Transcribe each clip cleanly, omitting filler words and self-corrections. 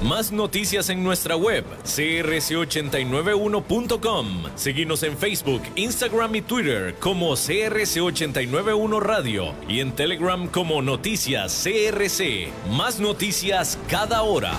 Más noticias en nuestra web, crc891.com. Seguinos en Facebook, Instagram y Twitter como CRC891 Radio y en Telegram como Noticias CRC. Más noticias cada hora.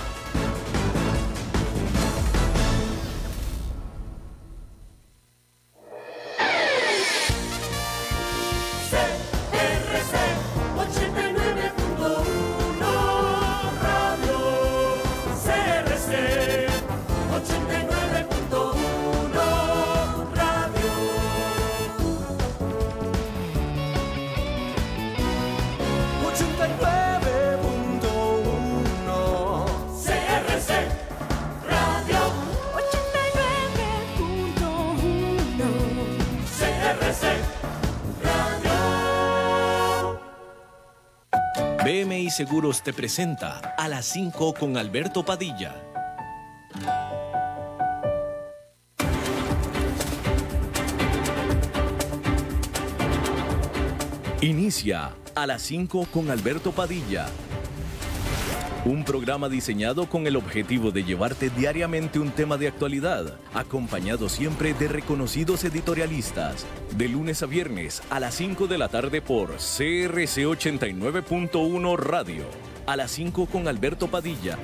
BMI Seguros te presenta a las 5 con Alberto Padilla. Inicia a las 5 con Alberto Padilla. Un programa diseñado con el objetivo de llevarte diariamente un tema de actualidad, acompañado siempre de reconocidos editorialistas, de lunes a viernes a las 5 de la tarde por CRC 89.1 Radio. A las 5 con Alberto Padilla.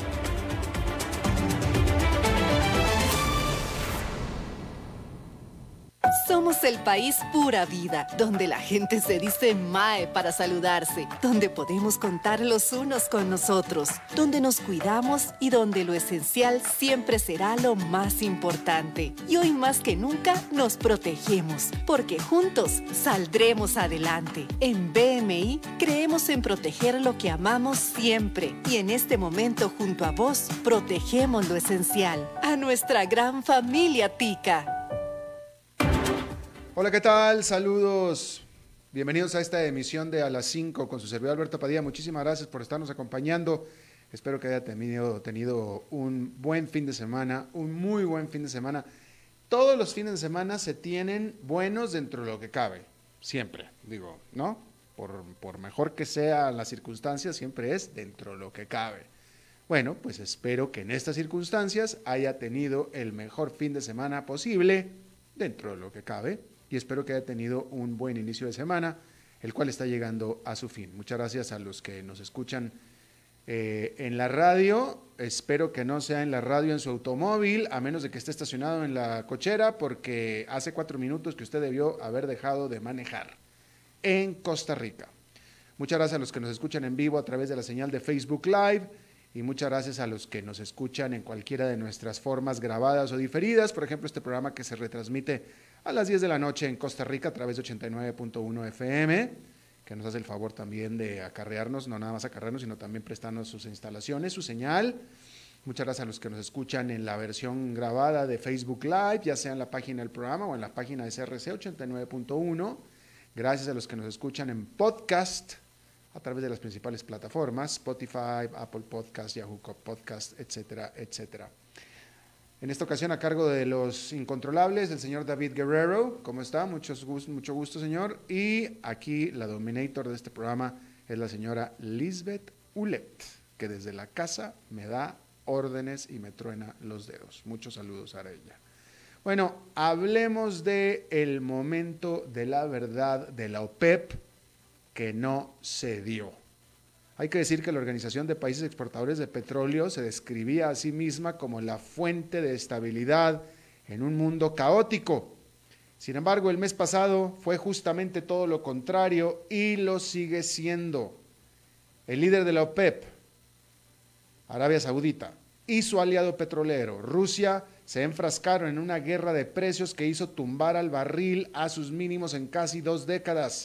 Somos el país pura vida, donde la gente se dice mae para saludarse, donde podemos contar los unos con nosotros, donde nos cuidamos y donde lo esencial siempre será lo más importante. Y hoy más que nunca nos protegemos, porque juntos saldremos adelante. En BMI creemos en proteger lo que amamos siempre y en este momento junto a vos protegemos lo esencial, a nuestra gran familia tica. Hola, ¿qué tal? Saludos. Bienvenidos a esta emisión de A las 5 con su servidor Alberto Padilla. Muchísimas gracias por estarnos acompañando. Espero que haya tenido un buen fin de semana, un muy buen fin de semana. Todos los fines de semana se tienen buenos dentro de lo que cabe. Siempre, digo, ¿no? Por mejor que sean las circunstancias, siempre es dentro de lo que cabe. Bueno, pues espero que en estas circunstancias haya tenido el mejor fin de semana posible dentro de lo que cabe. Y espero que haya tenido un buen inicio de semana, el cual está llegando a su fin. Muchas gracias a los que nos escuchan en la radio. Espero que no sea en la radio en su automóvil, a menos de que esté estacionado en la cochera, porque hace 4 minutos que usted debió haber dejado de manejar en Costa Rica. Muchas gracias a los que nos escuchan en vivo a través de la señal de Facebook Live y muchas gracias a los que nos escuchan en cualquiera de nuestras formas grabadas o diferidas. Por ejemplo, este programa que se retransmite a las 10 de la noche en Costa Rica a través de 89.1 FM, que nos hace el favor también de acarrearnos, no nada más acarrearnos, sino también prestarnos sus instalaciones, su señal. Muchas gracias a los que nos escuchan en la versión grabada de Facebook Live, ya sea en la página del programa o en la página de CRC 89.1. Gracias a los que nos escuchan en podcast a través de las principales plataformas, Spotify, Apple Podcast, Yahoo Podcast, etcétera, etcétera. En esta ocasión a cargo de los incontrolables, el señor David Guerrero. ¿Cómo está? Mucho gusto, señor. Y aquí la dominator de este programa es la señora Lisbeth Ulet, que desde la casa me da órdenes y me truena los dedos. Muchos saludos a ella. Bueno, hablemos del momento de la verdad de la OPEP que no se dio. Hay que decir que la Organización de Países Exportadores de Petróleo se describía a sí misma como la fuente de estabilidad en un mundo caótico. Sin embargo, el mes pasado fue justamente todo lo contrario y lo sigue siendo. El líder de la OPEP, Arabia Saudita, y su aliado petrolero, Rusia, se enfrascaron en una guerra de precios que hizo tumbar al barril a sus mínimos en casi 2 décadas.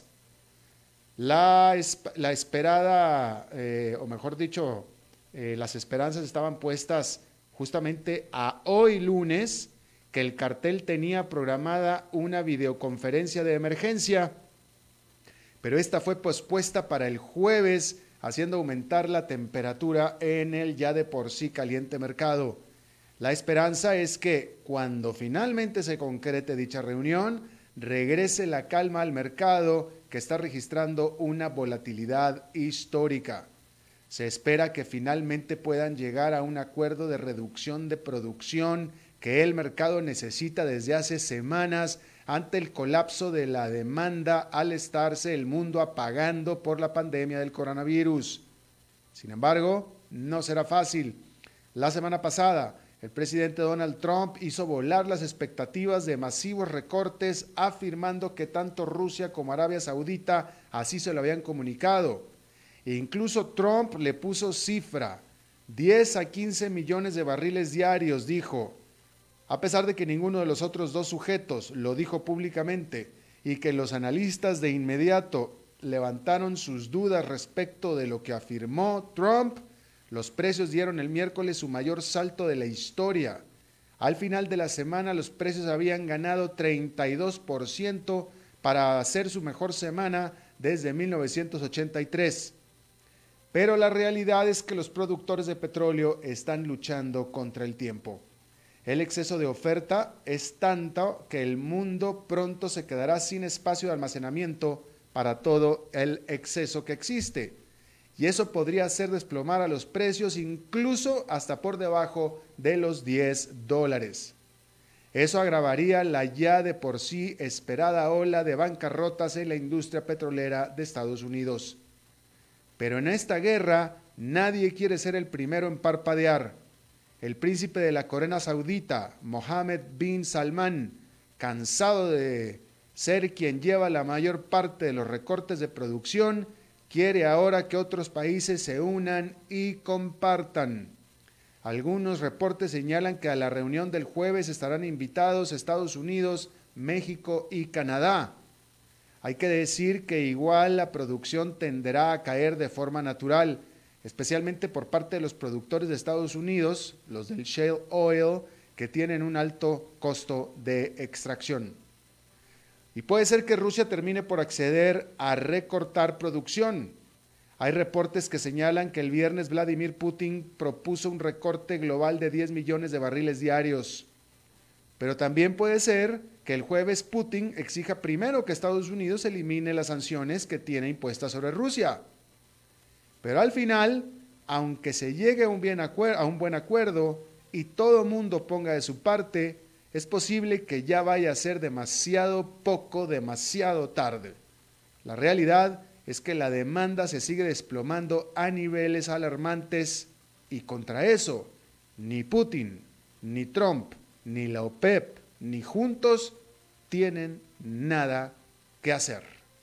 La esperada, o mejor dicho, las esperanzas estaban puestas justamente a hoy lunes, que el cartel tenía programada una videoconferencia de emergencia, pero esta fue pospuesta para el jueves, haciendo aumentar la temperatura en el ya de por sí caliente mercado. La esperanza es que cuando finalmente se concrete dicha reunión, regrese la calma al mercado, que está registrando una volatilidad histórica. Se espera que finalmente puedan llegar a un acuerdo de reducción de producción que el mercado necesita desde hace semanas ante el colapso de la demanda al estarse el mundo apagando por la pandemia del coronavirus. Sin embargo, no será fácil. La semana pasada, el presidente Donald Trump hizo volar las expectativas de masivos recortes, afirmando que tanto Rusia como Arabia Saudita así se lo habían comunicado. E incluso Trump le puso cifra, 10 a 15 millones de barriles diarios, dijo. A pesar de que ninguno de los otros dos sujetos lo dijo públicamente y que los analistas de inmediato levantaron sus dudas respecto de lo que afirmó Trump, los precios dieron el miércoles su mayor salto de la historia. Al final de la semana los precios habían ganado 32% para hacer su mejor semana desde 1983. Pero la realidad es que los productores de petróleo están luchando contra el tiempo. El exceso de oferta es tanto que el mundo pronto se quedará sin espacio de almacenamiento para todo el exceso que existe. Y eso podría hacer desplomar a los precios incluso hasta por debajo de los $10. Eso agravaría la ya de por sí esperada ola de bancarrotas en la industria petrolera de Estados Unidos. Pero en esta guerra nadie quiere ser el primero en parpadear. El príncipe de la Corona Saudita, Mohammed bin Salman, cansado de ser quien lleva la mayor parte de los recortes de producción, quiere ahora que otros países se unan y compartan. Algunos reportes señalan que a la reunión del jueves estarán invitados Estados Unidos, México y Canadá. Hay que decir que igual la producción tenderá a caer de forma natural, especialmente por parte de los productores de Estados Unidos, los del shale oil, que tienen un alto costo de extracción. Y puede ser que Rusia termine por acceder a recortar producción. Hay reportes que señalan que el viernes Vladimir Putin propuso un recorte global de 10 millones de barriles diarios. Pero también puede ser que el jueves Putin exija primero que Estados Unidos elimine las sanciones que tiene impuestas sobre Rusia. Pero al final, aunque se llegue a un buen acuerdo y todo mundo ponga de su parte, es posible que ya vaya a ser demasiado poco, demasiado tarde. La realidad es que la demanda se sigue desplomando a niveles alarmantes y contra eso, ni Putin, ni Trump, ni la OPEP, ni juntos tienen nada que hacer.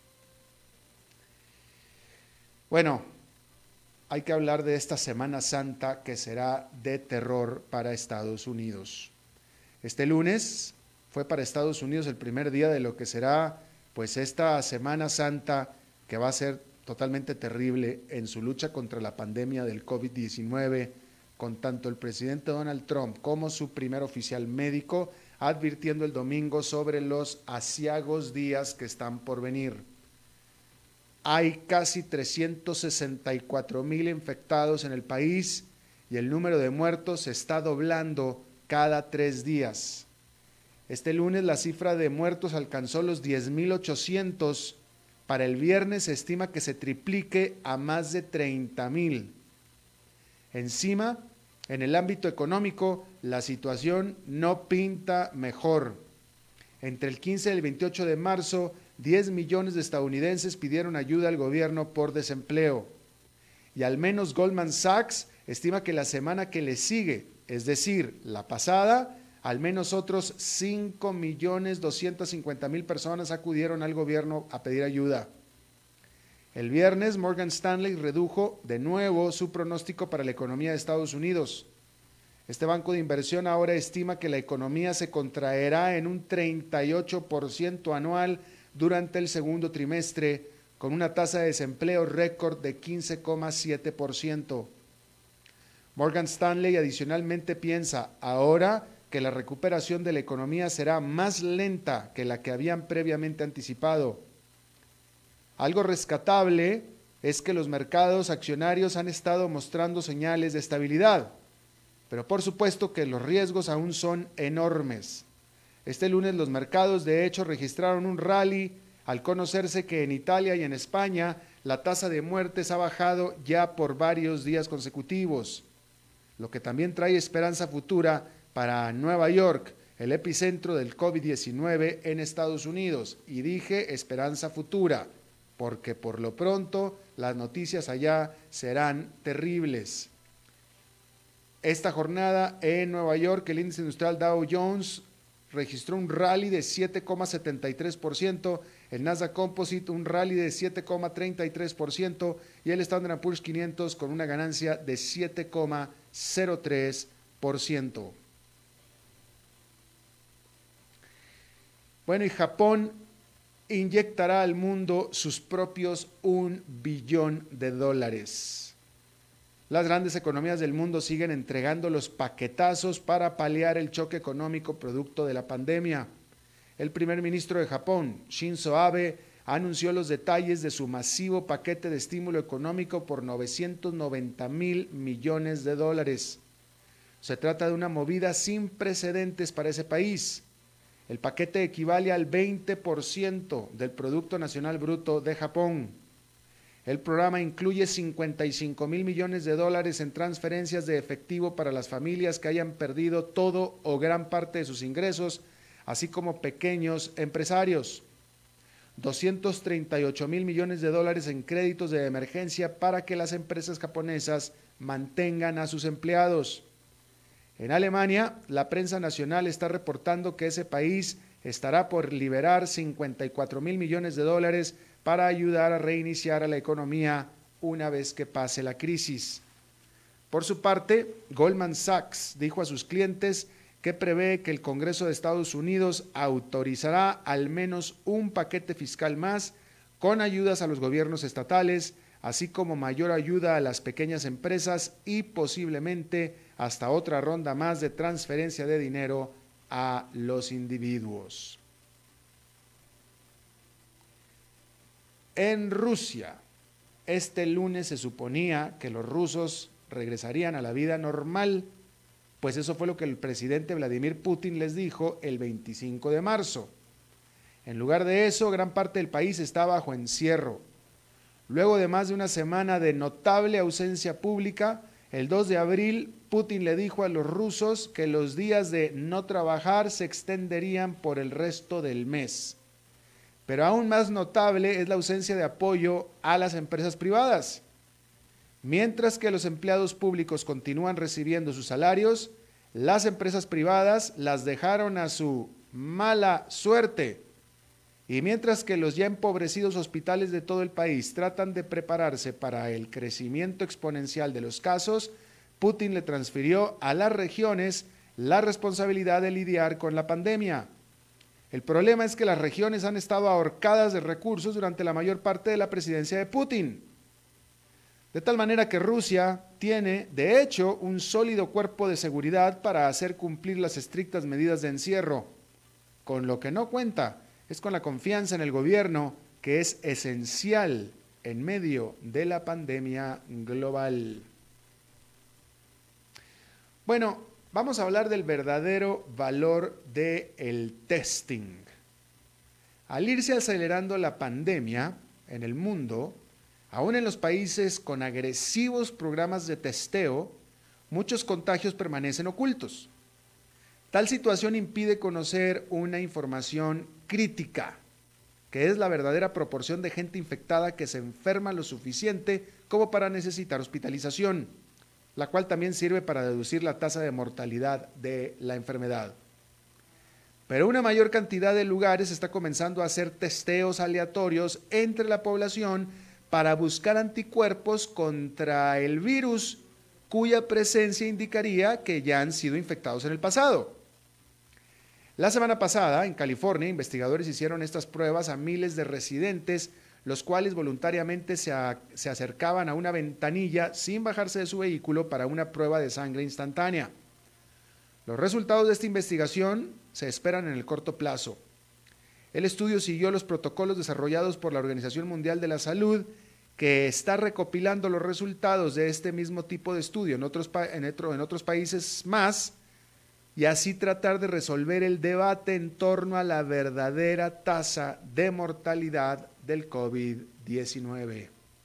Bueno, hay que hablar de esta Semana Santa que será de terror para Estados Unidos. Este lunes fue para Estados Unidos el primer día de lo que será pues esta Semana Santa que va a ser totalmente terrible en su lucha contra la pandemia del COVID-19, con tanto el presidente Donald Trump como su primer oficial médico advirtiendo el domingo sobre los aciagos días que están por venir. Hay casi 364,000 infectados en el país y el número de muertos se está doblando cada 3 días. Este lunes la cifra de muertos alcanzó los 10,800. Para el viernes se estima que se triplique a más de 30,000. Encima, en el ámbito económico, la situación no pinta mejor. Entre el 15 y el 28 de marzo, 10 millones de estadounidenses pidieron ayuda al gobierno por desempleo. Y al menos Goldman Sachs estima que la semana que le sigue, es decir, la pasada, al menos otros 5,250,000 personas acudieron al gobierno a pedir ayuda. El viernes, Morgan Stanley redujo de nuevo su pronóstico para la economía de Estados Unidos. Este banco de inversión ahora estima que la economía se contraerá en un 38% anual durante el segundo trimestre, con una tasa de desempleo récord de 15,7%. Morgan Stanley adicionalmente piensa ahora que la recuperación de la economía será más lenta que la que habían previamente anticipado. Algo rescatable es que los mercados accionarios han estado mostrando señales de estabilidad, pero por supuesto que los riesgos aún son enormes. Este lunes los mercados de hecho registraron un rally al conocerse que en Italia y en España la tasa de muertes ha bajado ya por varios días consecutivos, lo que también trae esperanza futura para Nueva York, el epicentro del COVID-19 en Estados Unidos. Y dije esperanza futura, porque por lo pronto las noticias allá serán terribles. Esta jornada en Nueva York, el índice industrial Dow Jones registró un rally de 7,73%, el Nasdaq Composite un rally de 7,33% y el Standard & Poor's 500 con una ganancia de 7,03%. Bueno, y Japón inyectará al mundo sus propios $1 billón. Las grandes economías del mundo siguen entregando los paquetazos para paliar el choque económico producto de la pandemia. El primer ministro de Japón, Shinzo Abe, anunció los detalles de su masivo paquete de estímulo económico por $990,000 millones. Se trata de una movida sin precedentes para ese país. El paquete equivale al 20% del Producto Nacional Bruto de Japón. El programa incluye $55,000 millones en transferencias de efectivo para las familias que hayan perdido todo o gran parte de sus ingresos, así como pequeños empresarios. $238,000 millones en créditos de emergencia para que las empresas japonesas mantengan a sus empleados. En Alemania, la prensa nacional está reportando que ese país estará por liberar $54,000 millones para ayudar a reiniciar a la economía una vez que pase la crisis. Por su parte, Goldman Sachs dijo a sus clientes que prevé que el Congreso de Estados Unidos autorizará al menos un paquete fiscal más con ayudas a los gobiernos estatales, así como mayor ayuda a las pequeñas empresas y posiblemente hasta otra ronda más de transferencia de dinero a los individuos. En Rusia, este lunes se suponía que los rusos regresarían a la vida normal, pues eso fue lo que el presidente Vladimir Putin les dijo el 25 de marzo. En lugar de eso, gran parte del país está bajo encierro. Luego de más de una semana de notable ausencia pública, el 2 de abril, Putin le dijo a los rusos que los días de no trabajar se extenderían por el resto del mes. Pero aún más notable es la ausencia de apoyo a las empresas privadas. Mientras que los empleados públicos continúan recibiendo sus salarios, las empresas privadas las dejaron a su mala suerte. Y mientras que los ya empobrecidos hospitales de todo el país tratan de prepararse para el crecimiento exponencial de los casos, Putin le transfirió a las regiones la responsabilidad de lidiar con la pandemia. El problema es que las regiones han estado ahorcadas de recursos durante la mayor parte de la presidencia de Putin. De tal manera que Rusia tiene, de hecho, un sólido cuerpo de seguridad para hacer cumplir las estrictas medidas de encierro. Con lo que no cuenta es con la confianza en el gobierno, que es esencial en medio de la pandemia global. Bueno, vamos a hablar del verdadero valor del testing. Al irse acelerando la pandemia en el mundo, aún en los países con agresivos programas de testeo, muchos contagios permanecen ocultos. Tal situación impide conocer una información crítica, que es la verdadera proporción de gente infectada que se enferma lo suficiente como para necesitar hospitalización, la cual también sirve para deducir la tasa de mortalidad de la enfermedad. Pero una mayor cantidad de lugares está comenzando a hacer testeos aleatorios entre la población para buscar anticuerpos contra el virus, cuya presencia indicaría que ya han sido infectados en el pasado. La semana pasada, en California, investigadores hicieron estas pruebas a miles de residentes, los cuales voluntariamente se acercaban a una ventanilla sin bajarse de su vehículo para una prueba de sangre instantánea. Los resultados de esta investigación se esperan en el corto plazo. El estudio siguió los protocolos desarrollados por la Organización Mundial de la Salud, que está recopilando los resultados de este mismo tipo de estudio en otros países más, y así tratar de resolver el debate en torno a la verdadera tasa de mortalidad del COVID-19.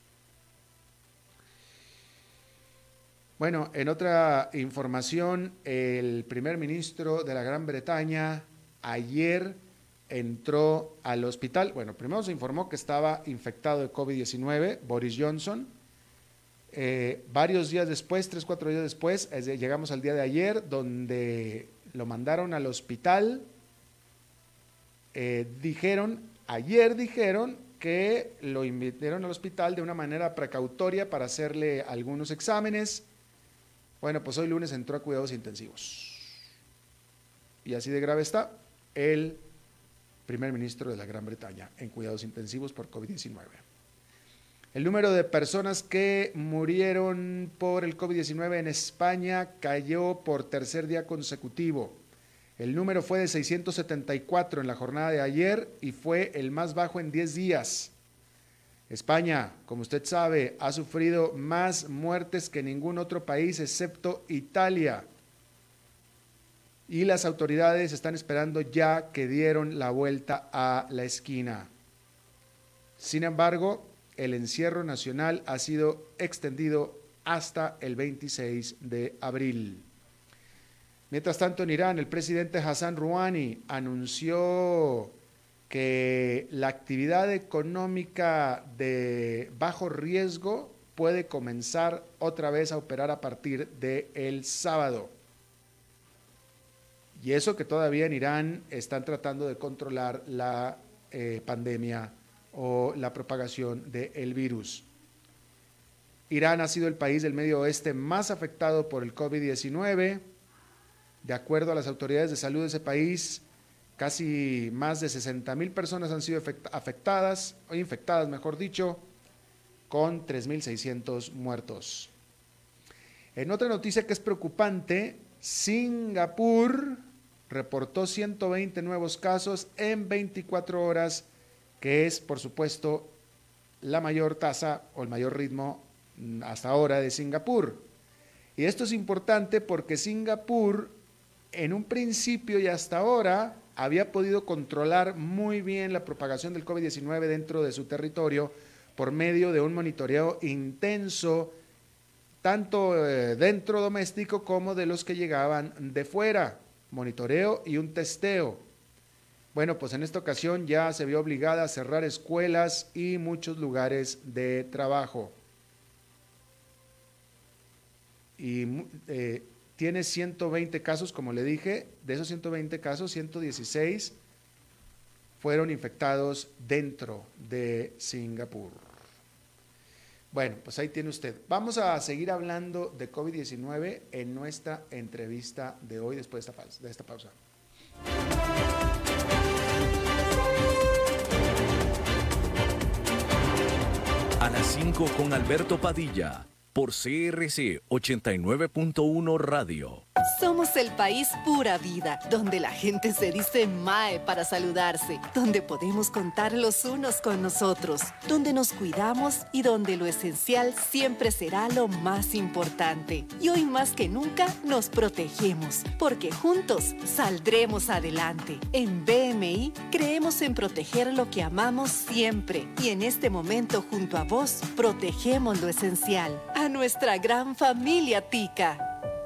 Bueno, en otra información, el primer ministro de la Gran Bretaña ayer entró al hospital. Bueno, primero se informó que estaba infectado de COVID-19, Boris Johnson. Varios días después, 3-4 días después, llegamos al día de ayer, donde lo mandaron al hospital. Ayer dijeron que lo invitaron al hospital de una manera precautoria para hacerle algunos exámenes. Bueno, pues hoy lunes entró a cuidados intensivos. Y así de grave está el primer ministro de la Gran Bretaña en cuidados intensivos por COVID-19. El número de personas que murieron por el COVID-19 en España cayó por tercer día consecutivo. El número fue de 674 en la jornada de ayer y fue el más bajo en 10 días. España, como usted sabe, ha sufrido más muertes que ningún otro país excepto Italia. Y las autoridades están esperando ya que dieron la vuelta a la esquina. Sin embargo, el encierro nacional ha sido extendido hasta el 26 de abril. Mientras tanto, en Irán, el presidente Hassan Rouhani anunció que la actividad económica de bajo riesgo puede comenzar otra vez a operar a partir del sábado. Y eso que todavía en Irán están tratando de controlar la pandemia o la propagación del virus. Irán ha sido el país del Medio Oeste más afectado por el COVID-19. De acuerdo a las autoridades de salud de ese país, casi más de 60,000 personas han sido afectadas, o infectadas, mejor dicho, con 3,600 muertos. En otra noticia que es preocupante, Singapur reportó 120 nuevos casos en 24 horas, que es, por supuesto, la mayor tasa o el mayor ritmo hasta ahora de Singapur. Y esto es importante porque Singapur, en un principio y hasta ahora, había podido controlar muy bien la propagación del COVID-19 dentro de su territorio por medio de un monitoreo intenso, tanto dentro doméstico como de los que llegaban de fuera, monitoreo y un testeo. Bueno, pues en esta ocasión ya se vio obligada a cerrar escuelas y muchos lugares de trabajo. Y tiene 120 casos, como le dije. De esos 120 casos, 116 fueron infectados dentro de Singapur. Bueno, pues ahí tiene usted. Vamos a seguir hablando de COVID-19 en nuestra entrevista de hoy, después de esta pausa. A las 5 con Alberto Padilla, por CRC 89.1 Radio. Somos el país pura vida, donde la gente se dice mae para saludarse, donde podemos contar los unos con nosotros, donde nos cuidamos y donde lo esencial siempre será lo más importante. Y hoy más que nunca nos protegemos, porque juntos saldremos adelante. En BMI creemos en proteger lo que amamos siempre y en este momento junto a vos protegemos lo esencial, a nuestra gran familia tica.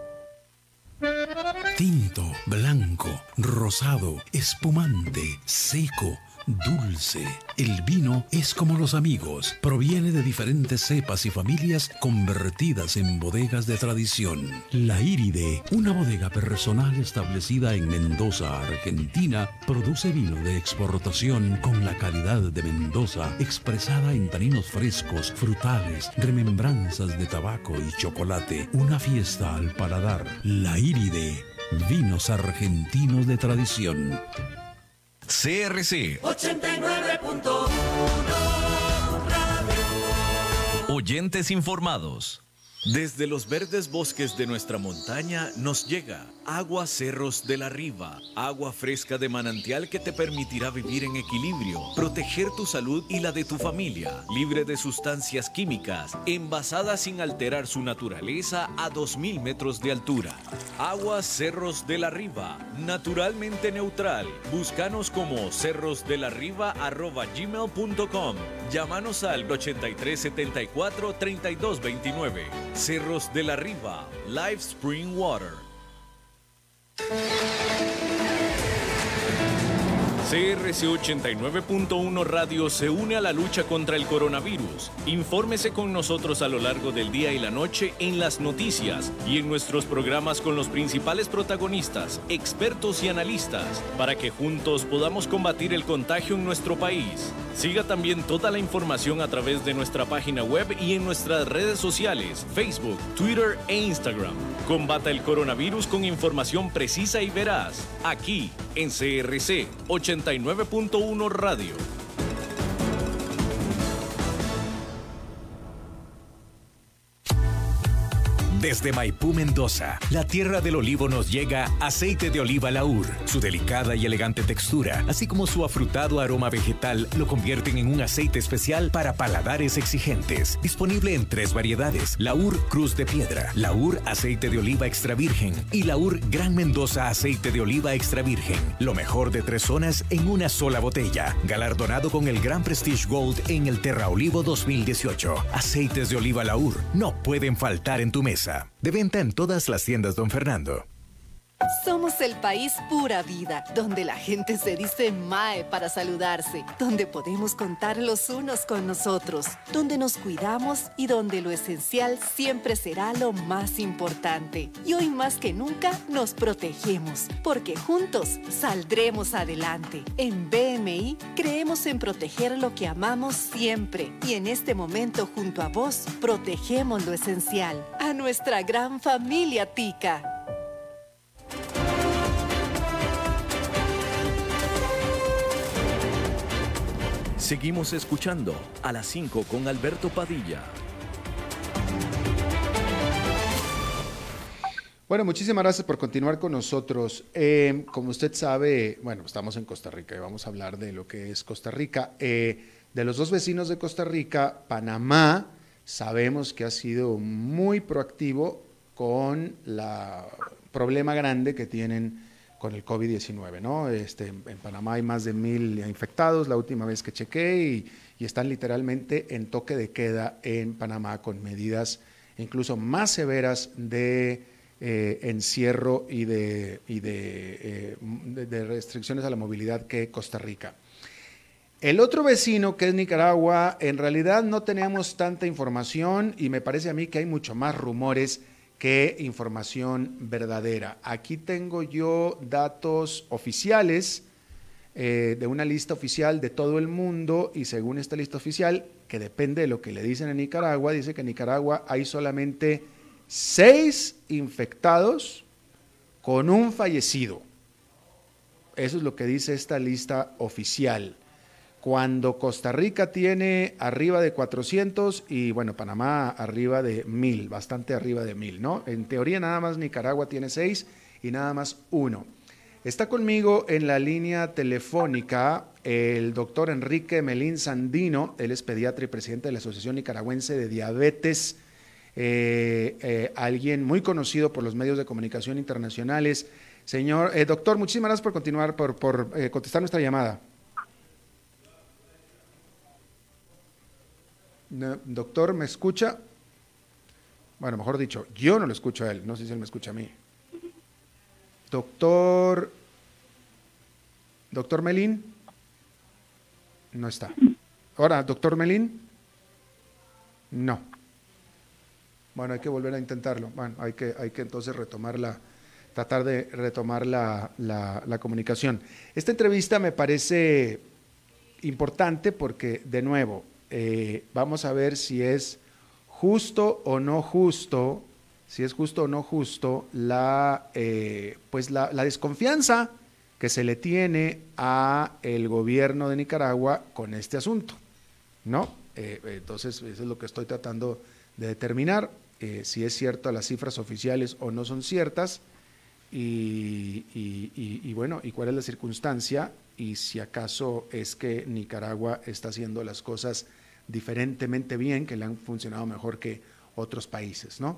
Tinto, blanco, rosado, espumante, seco, dulce. El vino es como los amigos. Proviene de diferentes cepas y familias convertidas en bodegas de tradición. La Iride, una bodega personal establecida en Mendoza, Argentina, produce vino de exportación con la calidad de Mendoza, expresada en taninos frescos, frutales, remembranzas de tabaco y chocolate. Una fiesta al paladar. La Iride, vinos argentinos de tradición. CRC 89.1 Radio. Oyentes informados. Desde los verdes bosques de nuestra montaña nos llega Agua Cerros de la Riva, agua fresca de manantial que te permitirá vivir en equilibrio, proteger tu salud y la de tu familia, libre de sustancias químicas, envasada sin alterar su naturaleza a 2,000 metros de altura. Agua Cerros de la Riva, naturalmente neutral. Búscanos como cerrosdelarriba@gmail.com. Llámanos al 8374-3229. Cerros de la Riva, Live Spring Water. CRC 89.1 Radio se une a la lucha contra el coronavirus. Infórmese con nosotros a lo largo del día y la noche en las noticias y en nuestros programas con los principales protagonistas, expertos y analistas, para que juntos podamos combatir el contagio en nuestro país. Siga también toda la información a través de nuestra página web y en nuestras redes sociales, Facebook, Twitter e Instagram. Combata el coronavirus con información precisa y veraz, aquí en CRC 89.1 Radio. Desde Maipú, Mendoza, la tierra del olivo, nos llega aceite de oliva Laur. Su delicada y elegante textura, así como su afrutado aroma vegetal, lo convierten en un aceite especial para paladares exigentes. Disponible en 3 variedades: Laur Cruz de Piedra, Laur Aceite de Oliva Extra Virgen y Laur Gran Mendoza Aceite de Oliva Extra Virgen. Lo mejor de 3 zonas en una sola botella. Galardonado con el Gran Prestige Gold en el Terra Olivo 2018. Aceites de oliva Laur no pueden faltar en tu mesa. De venta en todas las tiendas Don Fernando. Somos el país pura vida, donde la gente se dice mae para saludarse, donde podemos contar los unos con nosotros, donde nos cuidamos y donde lo esencial siempre será lo más importante. Y hoy más que nunca nos protegemos, porque juntos saldremos adelante. En BMI creemos en proteger lo que amamos siempre, y en este momento junto a vos protegemos lo esencial, a nuestra gran familia tica. Seguimos escuchando a las 5 con Alberto Padilla. Bueno, muchísimas gracias por continuar con nosotros. Como usted sabe, bueno, estamos en Costa Rica y vamos a hablar de lo que es Costa Rica. De los 2 vecinos de Costa Rica, Panamá, sabemos que ha sido muy proactivo con el problema grande que tienen con el COVID-19, ¿no? En Panamá hay más de 1,000 infectados, la última vez que chequé, y están literalmente en toque de queda en Panamá con medidas incluso más severas de encierro y de restricciones a la movilidad que Costa Rica. El otro vecino, que es Nicaragua, en realidad no tenemos tanta información y me parece a mí que hay mucho más rumores que información verdadera. Aquí tengo yo datos oficiales de una lista oficial de todo el mundo, y según esta lista oficial, que depende de lo que le dicen en Nicaragua, dice que en Nicaragua hay solamente 6 infectados con un fallecido. Eso es lo que dice esta lista oficial. Cuando Costa Rica tiene arriba de 400 y, bueno, Panamá arriba de 1,000, bastante arriba de 1,000, ¿no? En teoría nada más Nicaragua tiene 6 y nada más 1. Está conmigo en la línea telefónica el doctor Enrique Melín Sandino. Él es pediatra y presidente de la Asociación Nicaragüense de Diabetes, alguien muy conocido por los medios de comunicación internacionales. Señor doctor, muchísimas gracias por continuar, por contestar nuestra llamada. No, doctor, ¿me escucha? Bueno, mejor dicho, yo no lo escucho a él, no sé si él me escucha a mí. Doctor Melín, no está. Ahora, doctor Melín, no. Bueno, hay que volver a intentarlo. Bueno, hay que entonces tratar de retomar la comunicación. Esta entrevista me parece importante porque, de nuevo, vamos a ver si es justo o no justo, la desconfianza que se le tiene a el gobierno de Nicaragua con este asunto, ¿no? Entonces, eso es lo que estoy tratando de determinar, si es cierto las cifras oficiales o no son ciertas, y bueno, y cuál es la circunstancia, y si acaso es que Nicaragua está haciendo las cosas diferentemente bien, que le han funcionado mejor que otros países, ¿no?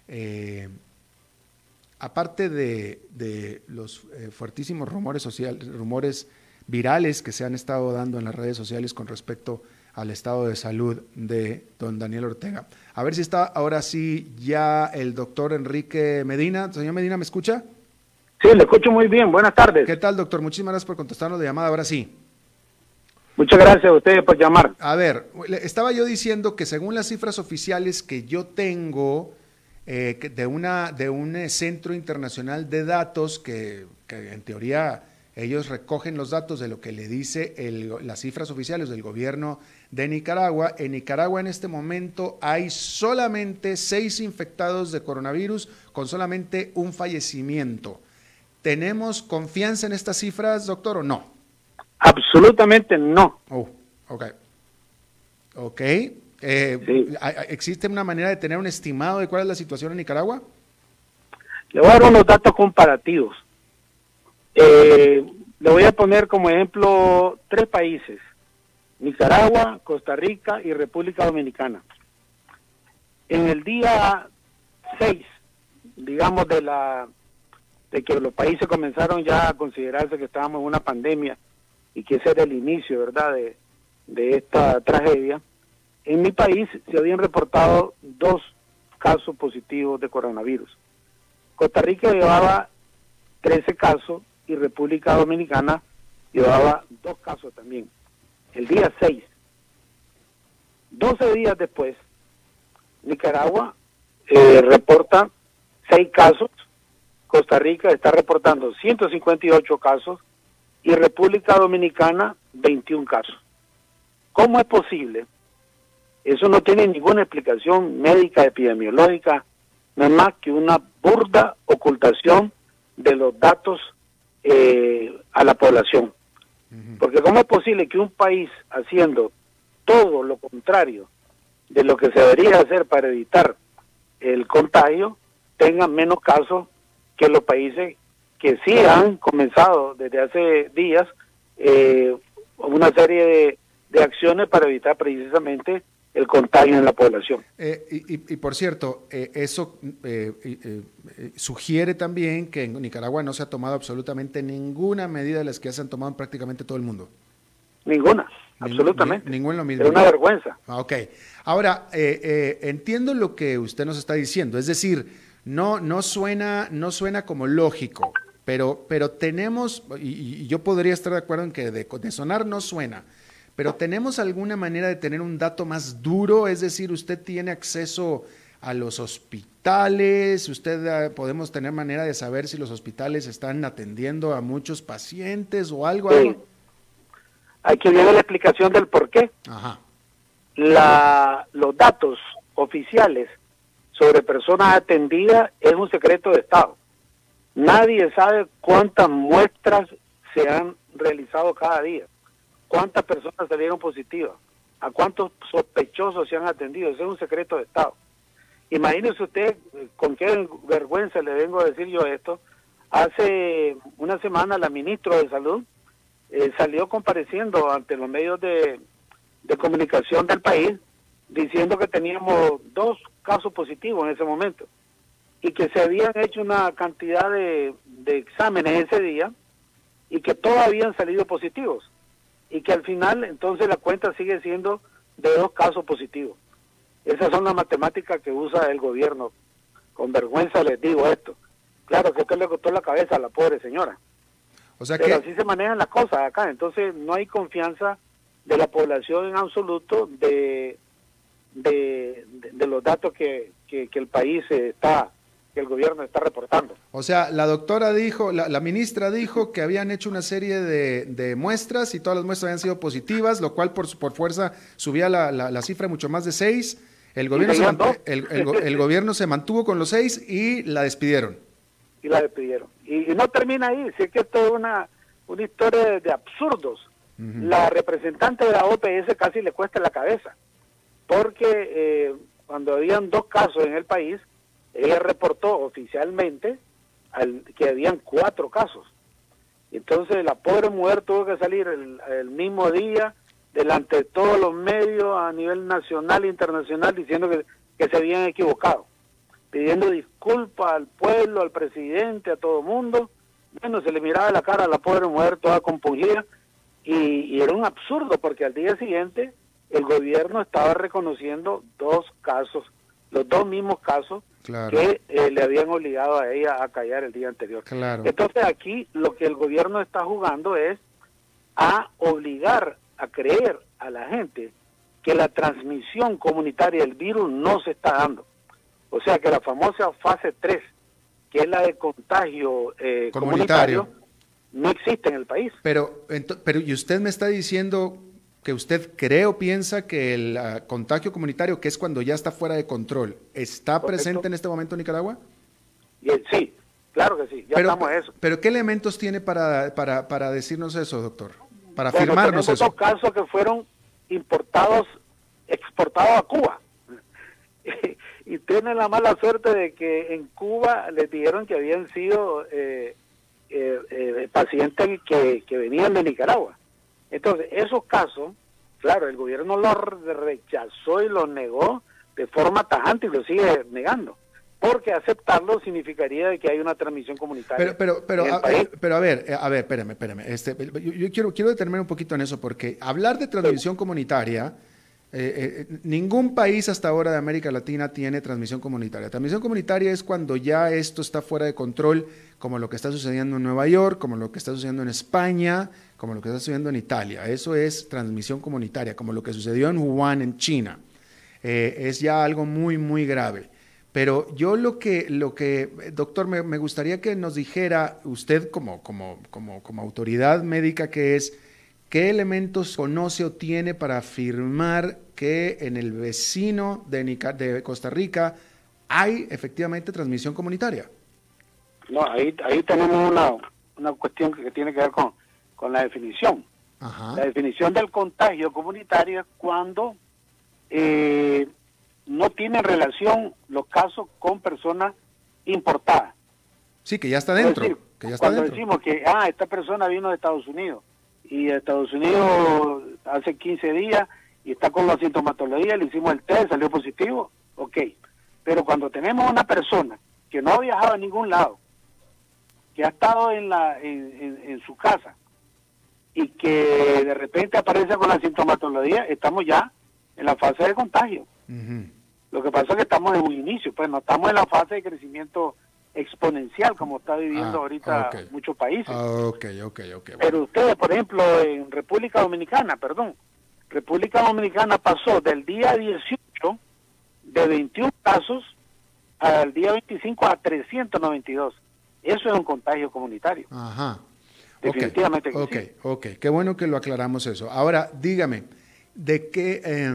Aparte de los fuertísimos rumores virales que se han estado dando en las redes sociales con respecto al estado de salud de don Daniel Ortega. A ver si está ahora sí ya el doctor Enrique Medina. Señor Medina, ¿me escucha? Sí, le escucho muy bien. Buenas tardes. ¿Qué tal, doctor? Muchísimas gracias por contestarnos la llamada. Ahora sí. Muchas gracias a ustedes por llamar. A ver, estaba yo diciendo que según las cifras oficiales que yo tengo de un centro internacional de datos que en teoría ellos recogen los datos de lo que le dice las cifras oficiales del gobierno de Nicaragua. En Nicaragua en este momento hay solamente 6 infectados de coronavirus con solamente un fallecimiento. ¿Tenemos confianza en estas cifras, doctor, o no? Absolutamente no. Ok. Sí. ¿Existe una manera de tener un estimado de cuál es la situación en Nicaragua? Le voy a dar unos datos comparativos. Le voy a poner como ejemplo 3 países: Nicaragua, Costa Rica y República Dominicana. En el día 6, digamos, de que los países comenzaron ya a considerarse que estábamos en una pandemia y que ese era el inicio, ¿verdad?, de esta tragedia, en mi país se habían reportado 2 casos positivos de coronavirus. Costa Rica llevaba 13 casos y República Dominicana llevaba 2 casos también. El día 6. 12 días después, Nicaragua reporta 6 casos, Costa Rica está reportando 158 casos y República Dominicana 21 casos. ¿Cómo es posible? Eso no tiene ninguna explicación médica, epidemiológica, no es más que una burda ocultación de los datos a la población. Porque ¿cómo es posible que un país haciendo todo lo contrario de lo que se debería hacer para evitar el contagio tenga menos casos que los países que sí han comenzado desde hace días una serie de acciones para evitar precisamente el contagio en la población? Y por cierto, eso sugiere también que en Nicaragua no se ha tomado absolutamente ninguna medida de las que se han tomado en prácticamente todo el mundo. Ninguna, absolutamente. Ningún lo mismo. Es una vergüenza. Ok. Ahora, entiendo lo que usted nos está diciendo, es decir, no suena como lógico, pero tenemos, y yo podría estar de acuerdo en que de sonar no suena, pero ¿tenemos alguna manera de tener un dato más duro? Es decir, ¿usted tiene acceso a los hospitales? ¿Podemos tener manera de saber si los hospitales están atendiendo a muchos pacientes o algo? Sí. Hay que ver la explicación del por qué. Ajá. Los datos oficiales sobre personas atendidas es un secreto de Estado. Nadie sabe cuántas muestras se han realizado cada día, cuántas personas salieron positivas, a cuántos sospechosos se han atendido. Eso es un secreto de Estado. Imagínese usted con qué vergüenza le vengo a decir yo esto. Hace una semana la ministra de Salud salió compareciendo ante los medios de comunicación del país diciendo que teníamos 2 casos positivos en ese momento y que se habían hecho una cantidad de exámenes ese día y que todos habían salido positivos y que al final entonces la cuenta sigue siendo de 2 casos positivos. Esas son las matemáticas que usa el gobierno. Con vergüenza les digo esto. Claro que esto le costó la cabeza a la pobre señora. O sea pero que así se manejan las cosas acá. Entonces no hay confianza de la población en absoluto de los datos que el país que el gobierno está reportando. O sea, la doctora dijo, la ministra dijo que habían hecho una serie de muestras y todas las muestras habían sido positivas, lo cual por fuerza subía la cifra mucho más de 6. El gobierno se mantuvo con los 6 y la despidieron. Y no termina ahí, sí que esto es una historia de absurdos. La representante de la OPS casi le cuesta la cabeza, porque cuando habían 2 casos en el país, ella reportó oficialmente que habían 4 casos. Entonces la pobre mujer tuvo que salir el mismo día delante de todos los medios a nivel nacional e internacional diciendo que se habían equivocado, pidiendo disculpas al pueblo, al presidente, a todo el mundo. Bueno, se le miraba la cara a la pobre mujer toda compungida y era un absurdo porque al día siguiente el gobierno estaba reconociendo 2 casos, los 2 mismos casos Claro. que le habían obligado a ella a callar el día anterior. Claro. Entonces aquí lo que el gobierno está jugando es a obligar a creer a la gente que la transmisión comunitaria del virus no se está dando. O sea que la famosa fase 3, que es la de contagio comunitario, no existe en el país. Pero y usted me está diciendo que usted cree o piensa que el contagio comunitario, que es cuando ya está fuera de control, ¿está Correcto. presente en este momento en Nicaragua? Sí, claro que sí, ya estamos en eso. Pero ¿qué elementos tiene para decirnos eso, doctor? Para Bueno, afirmarnos tenemos eso. 2 casos que fueron exportados a Cuba. Y tienen la mala suerte de que en Cuba les dijeron que habían sido pacientes que venían de Nicaragua. Entonces, esos casos, claro, el gobierno los rechazó y los negó de forma tajante y lo sigue negando. Porque aceptarlo significaría de que hay una transmisión comunitaria. Pero a ver, espérame. Yo quiero detenerme un poquito en eso, porque hablar de transmisión comunitaria, ningún país hasta ahora de América Latina tiene transmisión comunitaria. Transmisión comunitaria es cuando ya esto está fuera de control, como lo que está sucediendo en Nueva York, como lo que está sucediendo en España, como lo que está sucediendo en Italia. Eso es transmisión comunitaria, como lo que sucedió en Wuhan, en China. Es ya algo muy, muy grave. Pero yo lo que doctor, me gustaría que nos dijera usted como autoridad médica que es, ¿qué elementos conoce o tiene para afirmar que en el vecino de Costa Rica hay efectivamente transmisión comunitaria? No, ahí tenemos una cuestión que tiene que ver con la definición. Ajá. La definición del contagio comunitario es cuando no tienen relación los casos con personas importadas. Sí, que ya está dentro. Es decir, que ya está cuando dentro. decimos que esta persona vino de Estados Unidos y de Estados Unidos hace 15 días y está con la sintomatología, le hicimos el test, salió positivo, ok. Pero cuando tenemos una persona que no ha viajado a ningún lado, que ha estado en su casa y que de repente aparece con la sintomatología, estamos ya en la fase de contagio. Uh-huh. Lo que pasa es que estamos en un inicio, pues no estamos en la fase de crecimiento exponencial como está viviendo ahorita muchos países. Bueno. Pero ustedes, por ejemplo, en República Dominicana pasó del día 18 de 21 casos al día 25 a 392. Eso es un contagio comunitario. Ajá. Definitivamente que sí. Ok. Qué bueno que lo aclaramos eso. Ahora, dígame, ¿de qué...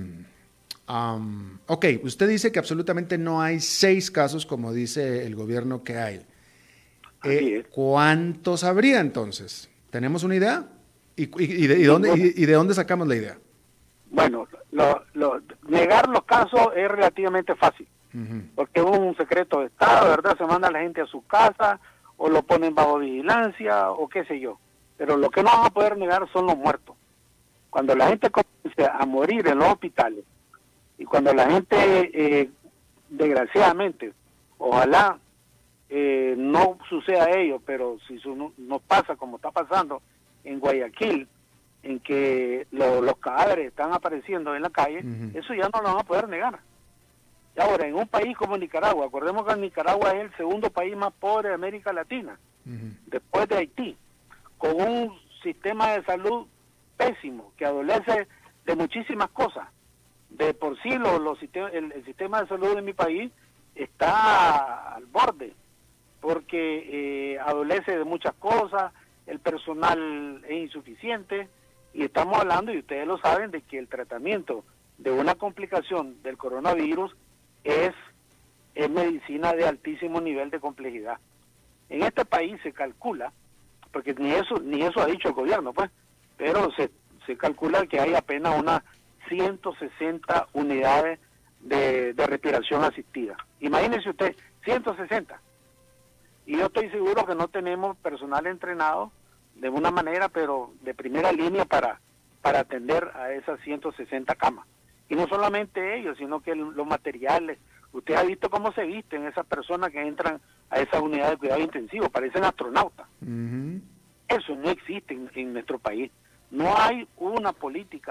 usted dice que absolutamente no hay 6 casos, como dice el gobierno que hay. ¿Cuántos habría entonces? ¿Tenemos una idea? ¿Y de dónde sacamos la idea? Bueno, negar los casos es relativamente fácil, porque es un secreto de Estado, ¿verdad? Se manda a la gente a su casa, o lo ponen bajo vigilancia, o qué sé yo. Pero lo que no van a poder negar son los muertos. Cuando la gente comience a morir en los hospitales, y cuando la gente, desgraciadamente, ojalá no suceda ello, pero si no pasa como está pasando en Guayaquil, en que los cadáveres están apareciendo en la calle, eso ya no lo van a poder negar. Y ahora, en un país como Nicaragua, acordemos que Nicaragua es el segundo país más pobre de América Latina, después de Haití, con un sistema de salud pésimo, que adolece de muchísimas cosas. De por sí el sistema de salud de mi país está al borde, porque adolece de muchas cosas, el personal es insuficiente, y estamos hablando, y ustedes lo saben, de que el tratamiento de una complicación del coronavirus es medicina de altísimo nivel de complejidad. En este país se calcula, porque ni eso ha dicho el gobierno, pues, pero se calcula que hay apenas unas 160 unidades de respiración asistida. Imagínese usted, 160. Y yo estoy seguro que no tenemos personal entrenado de una manera, pero de primera línea para atender a esas 160 camas. Y no solamente ellos, sino que los materiales. Usted ha visto cómo se visten esas personas que entran a esas unidades de cuidado intensivo, parecen astronautas. Eso no existe en nuestro país. No hay una política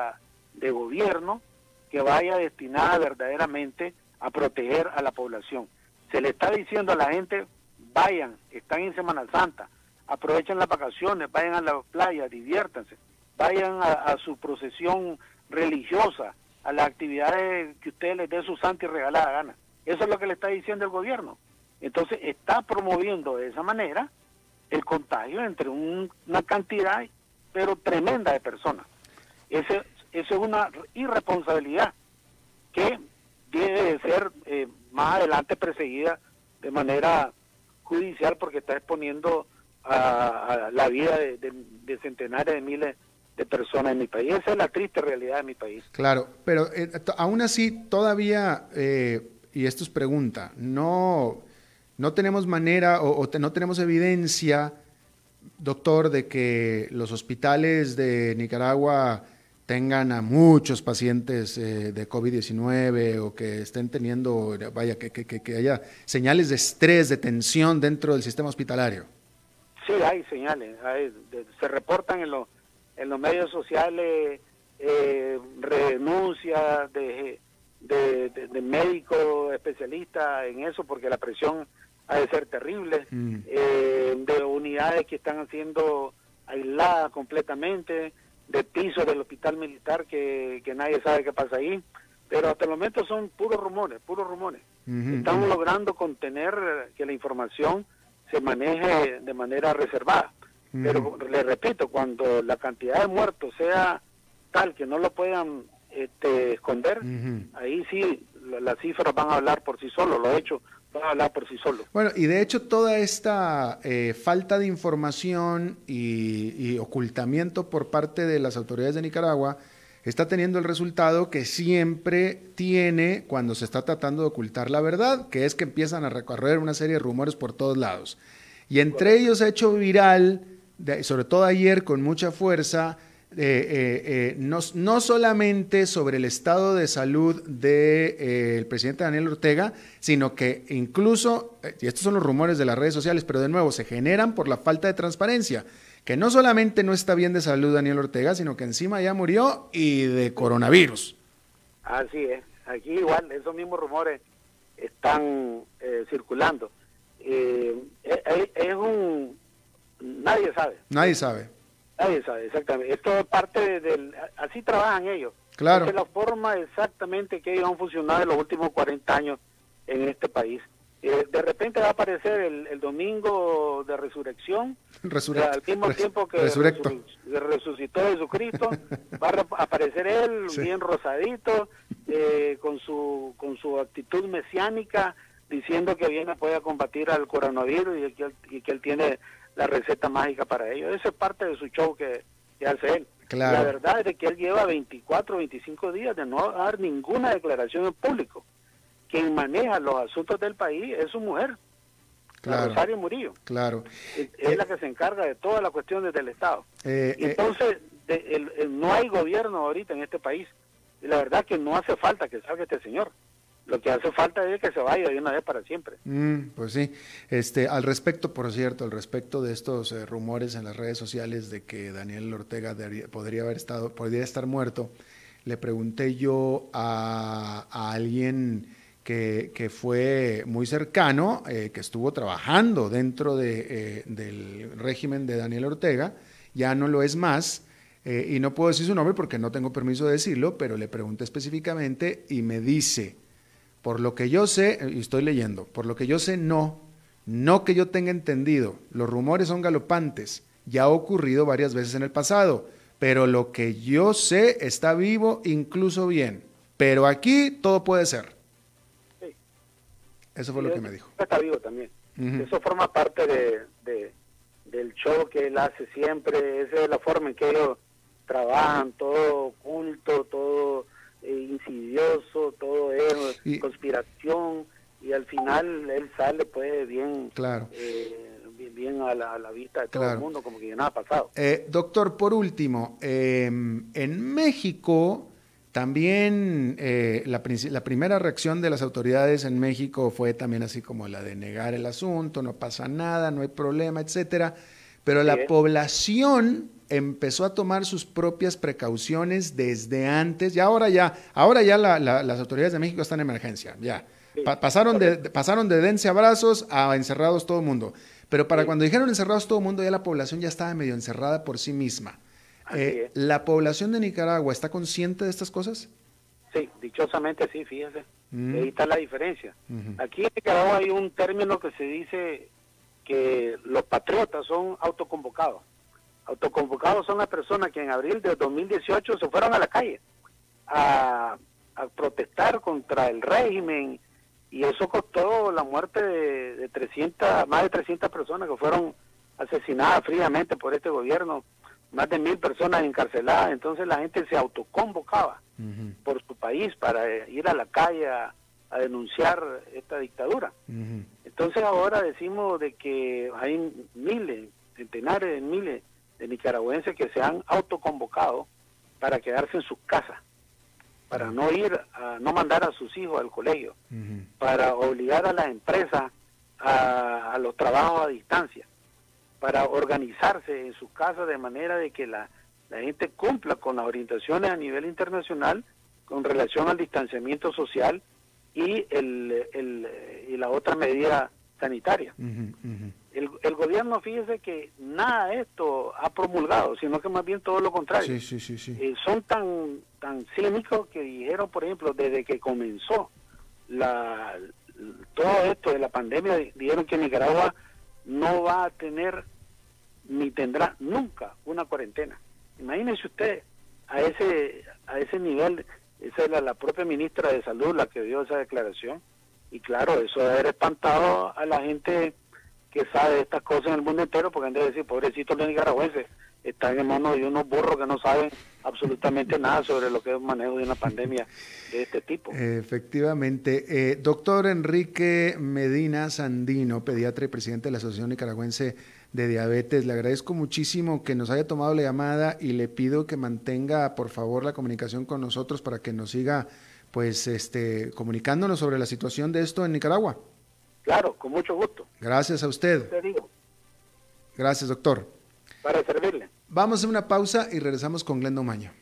de gobierno que vaya destinada verdaderamente a proteger a la población. Se le está diciendo a la gente, vayan, están en Semana Santa, aprovechen las vacaciones, vayan a la playa, diviértanse, vayan a su procesión religiosa, a las actividades que ustedes les dé su santa y regalada gana. Eso es lo que le está diciendo el gobierno. Entonces está promoviendo de esa manera el contagio entre una cantidad, pero tremenda de personas. Eso es una irresponsabilidad que debe de ser más adelante perseguida de manera judicial, porque está exponiendo a la vida de centenares de miles de personas en mi país. Esa es la triste realidad de mi país. Claro, pero aún así todavía, y esto es pregunta, no tenemos manera o no tenemos evidencia, doctor, de que los hospitales de Nicaragua tengan a muchos pacientes de COVID-19 o que estén teniendo, vaya, que haya señales de estrés, de tensión dentro del sistema hospitalario. Sí, hay señales, se reportan en los medios sociales renuncias de médicos especialistas en eso, porque la presión ha de ser terrible, de unidades que están siendo aisladas completamente, de pisos del hospital militar que nadie sabe qué pasa ahí, pero hasta el momento son puros rumores. Estamos logrando contener que la información se maneje de manera reservada, pero le repito, cuando la cantidad de muertos sea tal que no lo puedan esconder, ahí sí las cifras van a hablar por sí solos, los hechos van a hablar por sí solos. Bueno, y de hecho toda esta falta de información y ocultamiento por parte de las autoridades de Nicaragua está teniendo el resultado que siempre tiene cuando se está tratando de ocultar la verdad, que es que empiezan a recorrer una serie de rumores por todos lados. Y entre ellos se ha hecho viral, sobre todo ayer con mucha fuerza, no solamente sobre el estado de salud del presidente Daniel Ortega, sino que incluso, y estos son los rumores de las redes sociales, pero de nuevo se generan por la falta de transparencia, que no solamente no está bien de salud Daniel Ortega, sino que encima ya murió y de coronavirus. Así es, aquí igual esos mismos rumores están circulando. Nadie sabe. Nadie sabe. Nadie sabe, exactamente. Esto es parte así trabajan ellos. Claro. Esa es la forma exactamente que ellos han funcionado en los últimos 40 años en este país. De repente va a aparecer el domingo de resurrección, al mismo tiempo que resucitó Jesucristo, va a aparecer él, sí, bien rosadito, con su actitud mesiánica, diciendo que viene a combatir al coronavirus y que él tiene la receta mágica para ello. Eso es parte de su show que hace él. Claro. La verdad es que él lleva 24 o 25 días de no dar ninguna declaración en público. Quien maneja los asuntos del país es su mujer, claro, Rosario Murillo. Claro. Es la que se encarga de todas las cuestiones del Estado. Entonces, no hay gobierno ahorita en este país. Y la verdad que no hace falta que salga este señor. Lo que hace falta es que se vaya de una vez para siempre. Pues sí. Al respecto, por cierto, al respecto de estos rumores en las redes sociales de que Daniel Ortega podría estar muerto, le pregunté yo a alguien que fue muy cercano, que estuvo trabajando dentro del régimen de Daniel Ortega, ya no lo es más, y no puedo decir su nombre porque no tengo permiso de decirlo, pero le pregunté específicamente y me dice, por lo que yo sé, y estoy leyendo, por lo que yo sé, no que yo tenga entendido, los rumores son galopantes, ya ha ocurrido varias veces en el pasado, pero lo que yo sé está vivo, incluso bien, pero aquí todo puede ser. Sí. Eso fue lo que me dijo. Está vivo también. Eso forma parte del show que él hace siempre. Esa es la forma en que ellos trabajan, todo oculto, todo insidioso, todo es conspiración, y al final él sale pues bien, claro, bien a la vista de todo, claro, el mundo, como que nada ha pasado. Doctor, por último, en México también la primera reacción de las autoridades en México fue también así como la de negar el asunto, no pasa nada, no hay problema, etcétera, pero sí, la población empezó a tomar sus propias precauciones desde antes. Y ahora ya las autoridades de México están en emergencia. Ya Sí. pasaron de dense abrazos a encerrados todo el mundo. Pero para cuando dijeron encerrados todo el mundo, ya la población ya estaba medio encerrada por sí misma. Así es. ¿La población de Nicaragua está consciente de estas cosas? Sí, dichosamente sí, fíjese. Ahí está la diferencia. Aquí en Nicaragua hay un término que se dice que los patriotas son autoconvocados. Autoconvocados son las personas que en abril de 2018 se fueron a la calle a protestar contra el régimen, y eso costó la muerte de más de 300 personas que fueron asesinadas fríamente por este gobierno, más de 1,000 personas encarceladas. Entonces la gente se autoconvocaba por su país para ir a la calle a denunciar esta dictadura. Entonces ahora decimos de que hay miles, centenares de miles de nicaragüenses que se han autoconvocado para quedarse en sus casas, para no mandar a sus hijos al colegio, para obligar a las empresas a los trabajos a distancia, para organizarse en sus casas de manera de que la gente cumpla con las orientaciones a nivel internacional con relación al distanciamiento social y la otra medida sanitaria. El gobierno, fíjese que nada de esto ha promulgado, sino que más bien todo lo contrario. Sí. Son tan cínicos que dijeron, por ejemplo, desde que comenzó todo esto de la pandemia, dijeron que Nicaragua no va a tener ni tendrá nunca una cuarentena. Imagínense usted a ese nivel. Esa es la propia ministra de Salud la que dio esa declaración, y claro, eso debe haber espantado a la gente que sabe de estas cosas en el mundo entero, porque han de decir, pobrecitos los nicaragüenses, están en manos de unos burros que no saben absolutamente nada sobre lo que es el manejo de una pandemia de este tipo. Efectivamente. Doctor Enrique Medina Sandino, pediatra y presidente de la Asociación Nicaragüense de Diabetes, le agradezco muchísimo que nos haya tomado la llamada y le pido que mantenga, por favor, la comunicación con nosotros para que nos siga comunicándonos sobre la situación de esto en Nicaragua. Claro, con mucho gusto. Gracias a usted. Te digo. Gracias, doctor. Para servirle. Vamos a hacer una pausa y regresamos con Glendo Maño.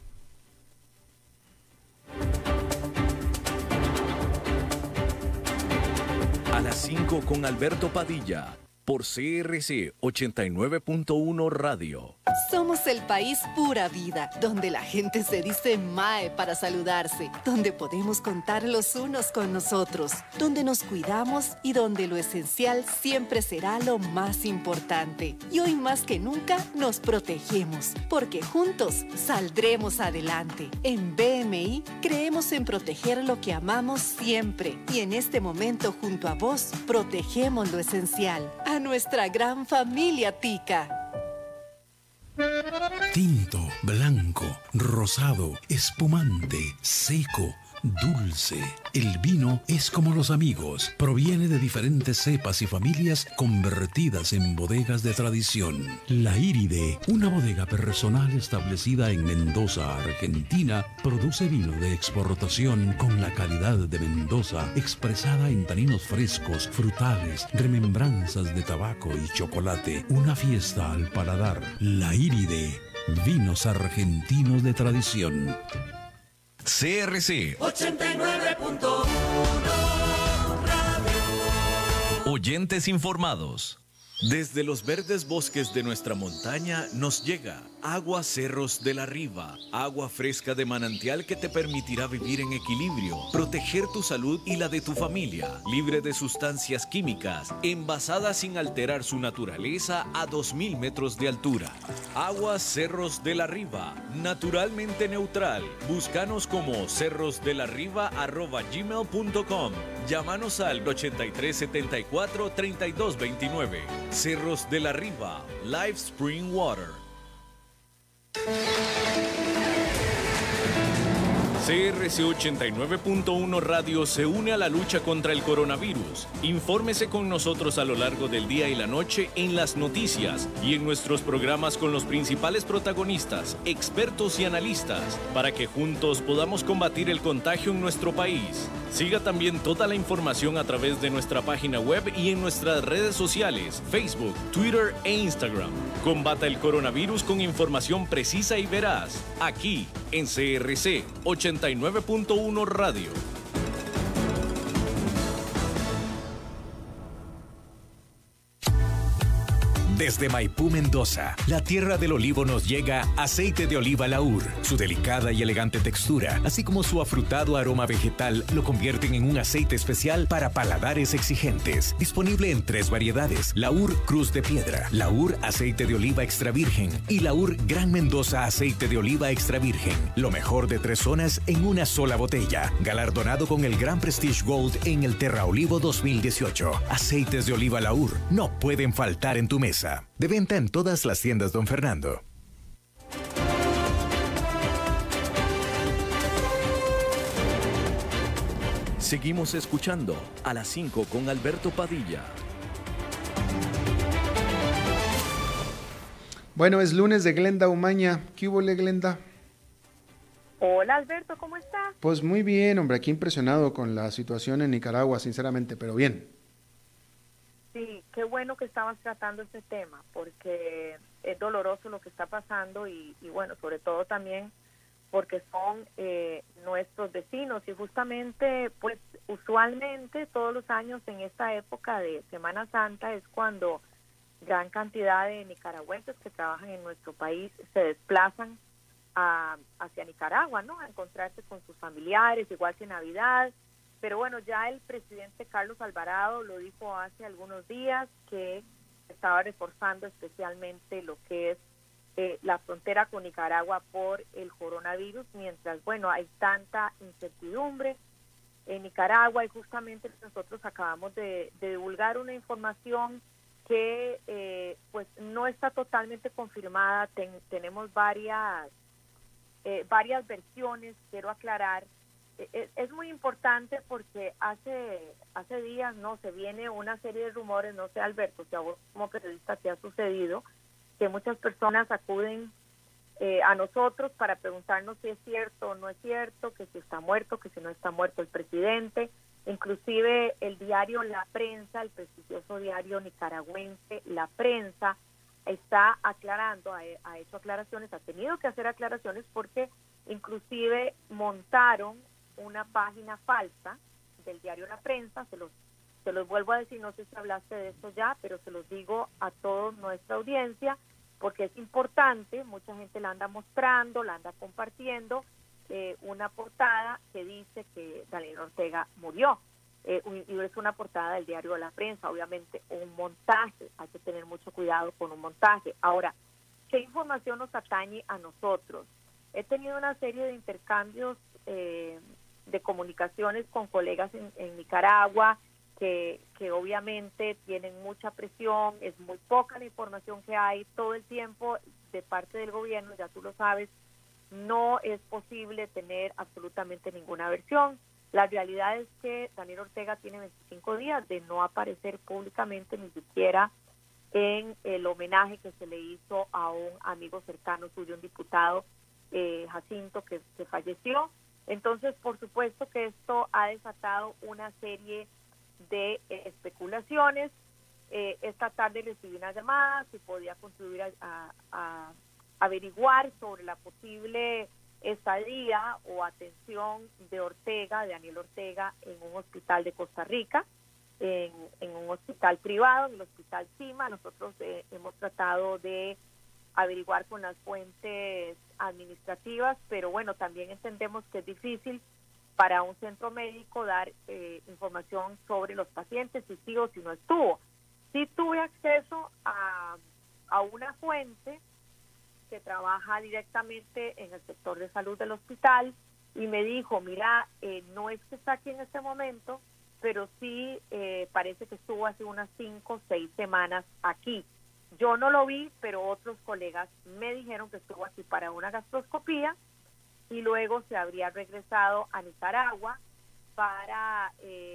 A las 5 con Alberto Padilla, por CRC 89.1 Radio. Somos el país pura vida, donde la gente se dice mae para saludarse, donde podemos contar los unos con nosotros, donde nos cuidamos y donde lo esencial siempre será lo más importante. Y hoy más que nunca nos protegemos, porque juntos saldremos adelante. En BMI creemos en proteger lo que amamos siempre, y en este momento junto a vos protegemos lo esencial, a nuestra gran familia tica. Tinto, blanco, rosado, espumante, seco, dulce. El vino es como los amigos. Proviene de diferentes cepas y familias convertidas en bodegas de tradición. La Iride, una bodega personal establecida en Mendoza, Argentina, produce vino de exportación con la calidad de Mendoza, expresada en taninos frescos, frutales, remembranzas de tabaco y chocolate. Una fiesta al paladar. La Iride, vinos argentinos de tradición. CRC 89.1 Radio. Oyentes informados. Desde los verdes bosques de nuestra montaña nos llega Agua Cerros de la Riva, agua fresca de manantial que te permitirá vivir en equilibrio, proteger tu salud y la de tu familia, libre de sustancias químicas, envasada sin alterar su naturaleza a 2.000 metros de altura. Agua Cerros de la Riva, naturalmente neutral. Búscanos como cerrosdelarriba@gmail.com. Llámanos al 8374-3229. Cerros de la Riva, Live Spring Water. CRC 89.1 Radio se une a la lucha contra el coronavirus. Infórmese con nosotros a lo largo del día y la noche en las noticias y en nuestros programas con los principales protagonistas, expertos y analistas, para que juntos podamos combatir el contagio en nuestro país. Siga también toda la información a través de nuestra página web y en nuestras redes sociales, Facebook, Twitter e Instagram. Combata el coronavirus con información precisa y veraz, aquí en CRC 89.1 Radio. Desde Maipú, Mendoza, la tierra del olivo, nos llega aceite de oliva Laur. Su delicada y elegante textura, así como su afrutado aroma vegetal, lo convierten en un aceite especial para paladares exigentes. Disponible en 3 variedades: Laur Cruz de Piedra, Laur Aceite de Oliva Extra Virgen y Laur Gran Mendoza Aceite de Oliva Extra Virgen. Lo mejor de 3 zonas en una sola botella. Galardonado con el Gran Prestige Gold en el Terra Olivo 2018. Aceites de oliva Laur no pueden faltar en tu mesa. De venta en todas las tiendas Don Fernando. Seguimos escuchando a las 5 con Alberto Padilla. Bueno, es lunes de Glenda Umaña. ¿Qué hubo, Glenda? Hola Alberto, ¿cómo estás? Pues muy bien, hombre, aquí impresionado con la situación en Nicaragua, sinceramente, pero bien. Sí, qué bueno que estabas tratando este tema, porque es doloroso lo que está pasando y bueno, sobre todo también porque son nuestros vecinos y justamente, pues usualmente todos los años en esta época de Semana Santa es cuando gran cantidad de nicaragüenses que trabajan en nuestro país se desplazan hacia Nicaragua, ¿no? A encontrarse con sus familiares, igual que Navidad. Pero bueno, ya el presidente Carlos Alvarado lo dijo hace algunos días que estaba reforzando especialmente lo que es la frontera con Nicaragua por el coronavirus, mientras, bueno, hay tanta incertidumbre en Nicaragua y justamente nosotros acabamos de divulgar una información que pues no está totalmente confirmada. Tenemos varias versiones, quiero aclarar. Es muy importante porque hace días no se viene una serie de rumores, no sé Alberto, si a vos como periodista te ha sucedido, que muchas personas acuden a nosotros para preguntarnos si es cierto o no es cierto, que si está muerto, que si no está muerto el presidente. Inclusive el diario La Prensa, el prestigioso diario nicaragüense La Prensa, está aclarando, ha hecho aclaraciones, ha tenido que hacer aclaraciones porque inclusive montaron una página falsa del diario La Prensa. Se los vuelvo a decir, no sé si hablaste de esto ya, pero se los digo a toda nuestra audiencia porque es importante. Mucha gente la anda mostrando, la anda compartiendo, una portada que dice que Daniel Ortega murió, y es una portada del diario La Prensa, obviamente un montaje, hay que tener mucho cuidado con un montaje. Ahora, ¿qué información nos atañe a nosotros? He tenido una serie de intercambios de comunicaciones con colegas en Nicaragua que obviamente tienen mucha presión, es muy poca la información que hay todo el tiempo de parte del gobierno, ya tú lo sabes, no es posible tener absolutamente ninguna versión. La realidad es que Daniel Ortega tiene 25 días de no aparecer públicamente ni siquiera en el homenaje que se le hizo a un amigo cercano suyo, un diputado, Jacinto, que falleció. Entonces, por supuesto que esto ha desatado una serie de especulaciones. Esta tarde recibí una llamada si podía contribuir a averiguar sobre la posible estadía o atención de Daniel Ortega, en un hospital de Costa Rica, en un hospital privado, en el Hospital Cima. Nosotros hemos tratado de averiguar con las fuentes administrativas, pero bueno, también entendemos que es difícil para un centro médico dar información sobre los pacientes, si sí o si no estuvo. Sí tuve acceso a una fuente que trabaja directamente en el sector de salud del hospital y me dijo, mira, no es que está aquí en este momento, pero sí parece que estuvo hace unas 5 o 6 semanas aquí. Yo no lo vi, pero otros colegas me dijeron que estuvo aquí para una gastroscopía y luego se habría regresado a Nicaragua para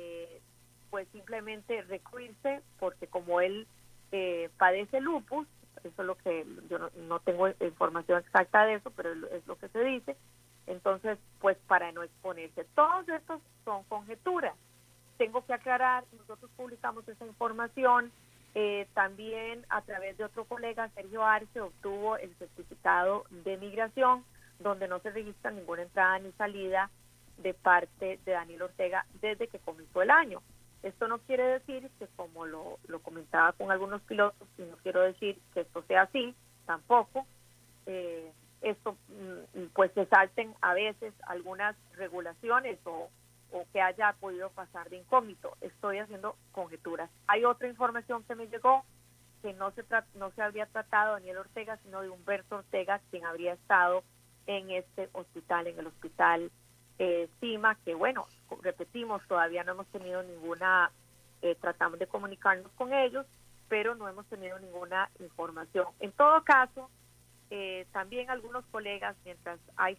pues simplemente recluirse, porque como él padece lupus, eso es lo que yo no tengo información exacta de eso, pero es lo que se dice. Entonces, pues para no exponerse. Todos estos son conjeturas. Tengo que aclarar, nosotros publicamos esa información, también a través de otro colega, Sergio Arce, obtuvo el certificado de migración, donde no se registra ninguna entrada ni salida de parte de Daniel Ortega desde que comenzó el año. Esto no quiere decir que, como lo comentaba con algunos pilotos, y no quiero decir que esto sea así, tampoco, esto pues se salten a veces algunas regulaciones o que haya podido pasar de incógnito. Estoy haciendo conjeturas. Hay otra información que me llegó, que no se habría tratado de Daniel Ortega, sino de Humberto Ortega, quien habría estado en este hospital, en el hospital CIMA, que bueno, repetimos, todavía no hemos tenido ninguna, tratamos de comunicarnos con ellos, pero no hemos tenido ninguna información. En todo caso, también algunos colegas, mientras hay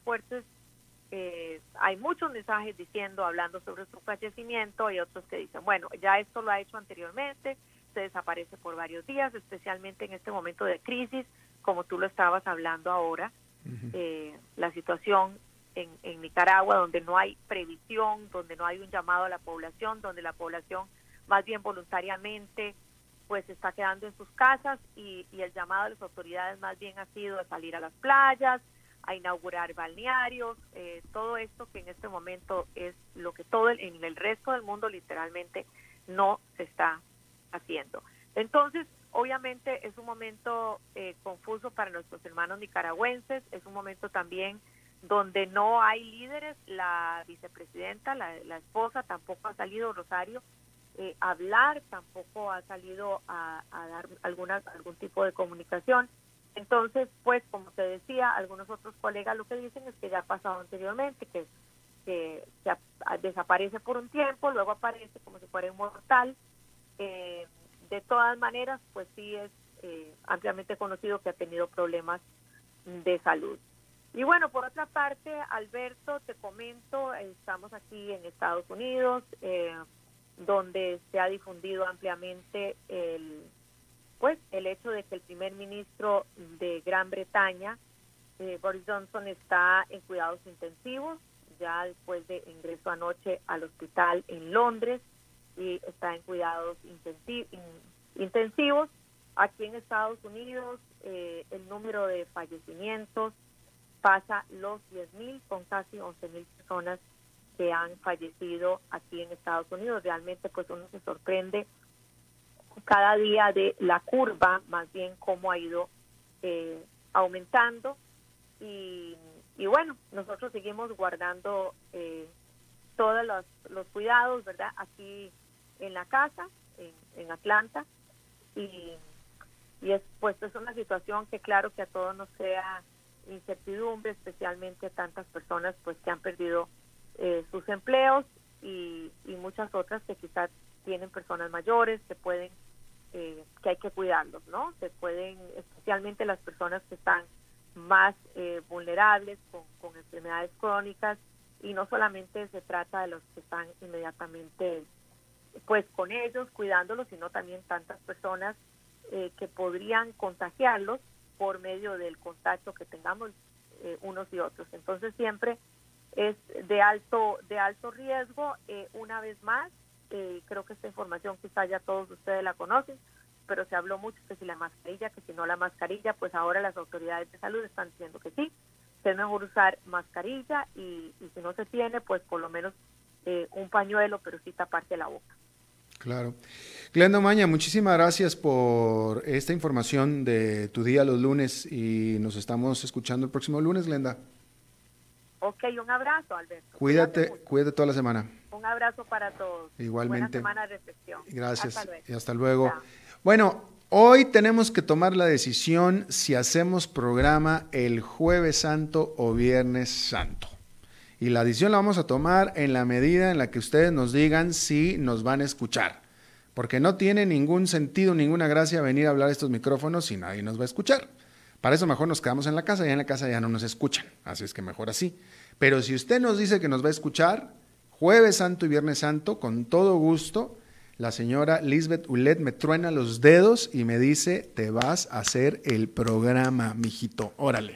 muchos mensajes hablando sobre su fallecimiento, hay otros que dicen, bueno, ya esto lo ha hecho anteriormente, se desaparece por varios días, especialmente en este momento de crisis, como tú lo estabas hablando ahora, la situación en Nicaragua, donde no hay previsión, donde no hay un llamado a la población, donde la población más bien voluntariamente pues se está quedando en sus casas y el llamado de las autoridades más bien ha sido a salir a las playas, a inaugurar balnearios, todo esto que en este momento es lo que en el resto del mundo literalmente no se está haciendo. Entonces, obviamente es un momento confuso para nuestros hermanos nicaragüenses, es un momento también donde no hay líderes. La vicepresidenta, la esposa, tampoco ha salido, Rosario, a hablar, tampoco ha salido a dar algún tipo de comunicación. Entonces, pues, como te decía, algunos otros colegas lo que dicen es que ya ha pasado anteriormente, que desaparece por un tiempo, luego aparece como si fuera inmortal. De todas maneras, pues sí es ampliamente conocido que ha tenido problemas de salud. Y bueno, por otra parte, Alberto, te comento, estamos aquí en Estados Unidos, donde se ha difundido ampliamente el hecho de que el primer ministro de Gran Bretaña, Boris Johnson, está en cuidados intensivos, ya después de ingreso anoche al hospital en Londres, y está en cuidados intensivos. Aquí en Estados Unidos, el número de fallecimientos pasa los 10,000, con casi 11,000 personas que han fallecido aquí en Estados Unidos. Realmente pues uno se sorprende cada día de la curva, más bien cómo ha ido aumentando, y bueno, nosotros seguimos guardando todos los cuidados, ¿verdad? Aquí en la casa, en Atlanta, y es una situación que claro que a todos nos crea incertidumbre, especialmente a tantas personas pues que han perdido sus empleos y muchas otras que quizás tienen personas mayores que pueden que hay que cuidarlos, ¿no? Especialmente las personas que están más vulnerables con enfermedades crónicas, y no solamente se trata de los que están inmediatamente pues con ellos cuidándolos, sino también tantas personas que podrían contagiarlos por medio del contacto que tengamos unos y otros. Entonces siempre es de alto riesgo. Una vez más, creo que esta información quizá ya todos ustedes la conocen, pero se habló mucho que si la mascarilla, que si no la mascarilla, pues ahora las autoridades de salud están diciendo que sí, que es mejor usar mascarilla, y si no se tiene, pues por lo menos un pañuelo, pero sí taparte la boca. Claro. Glenda Omaña, muchísimas gracias por esta información de tu día los lunes, y nos estamos escuchando el próximo lunes, Glenda. Ok, un abrazo, Alberto. Cuídate toda la semana. Un abrazo para todos. Igualmente. Buena semana de reflexión. Gracias. Hasta luego. Y hasta luego. Chao. Bueno, hoy tenemos que tomar la decisión si hacemos programa el Jueves Santo o Viernes Santo. Y la decisión la vamos a tomar en la medida en la que ustedes nos digan si nos van a escuchar. Porque no tiene ningún sentido, ninguna gracia venir a hablar a estos micrófonos si nadie nos va a escuchar. Para eso mejor nos quedamos en la casa, y en la casa ya no nos escuchan. Así es que mejor así. Pero si usted nos dice que nos va a escuchar, Jueves Santo y Viernes Santo, con todo gusto, la señora Lisbeth Ulet me truena los dedos y me dice, te vas a hacer el programa, mijito, órale.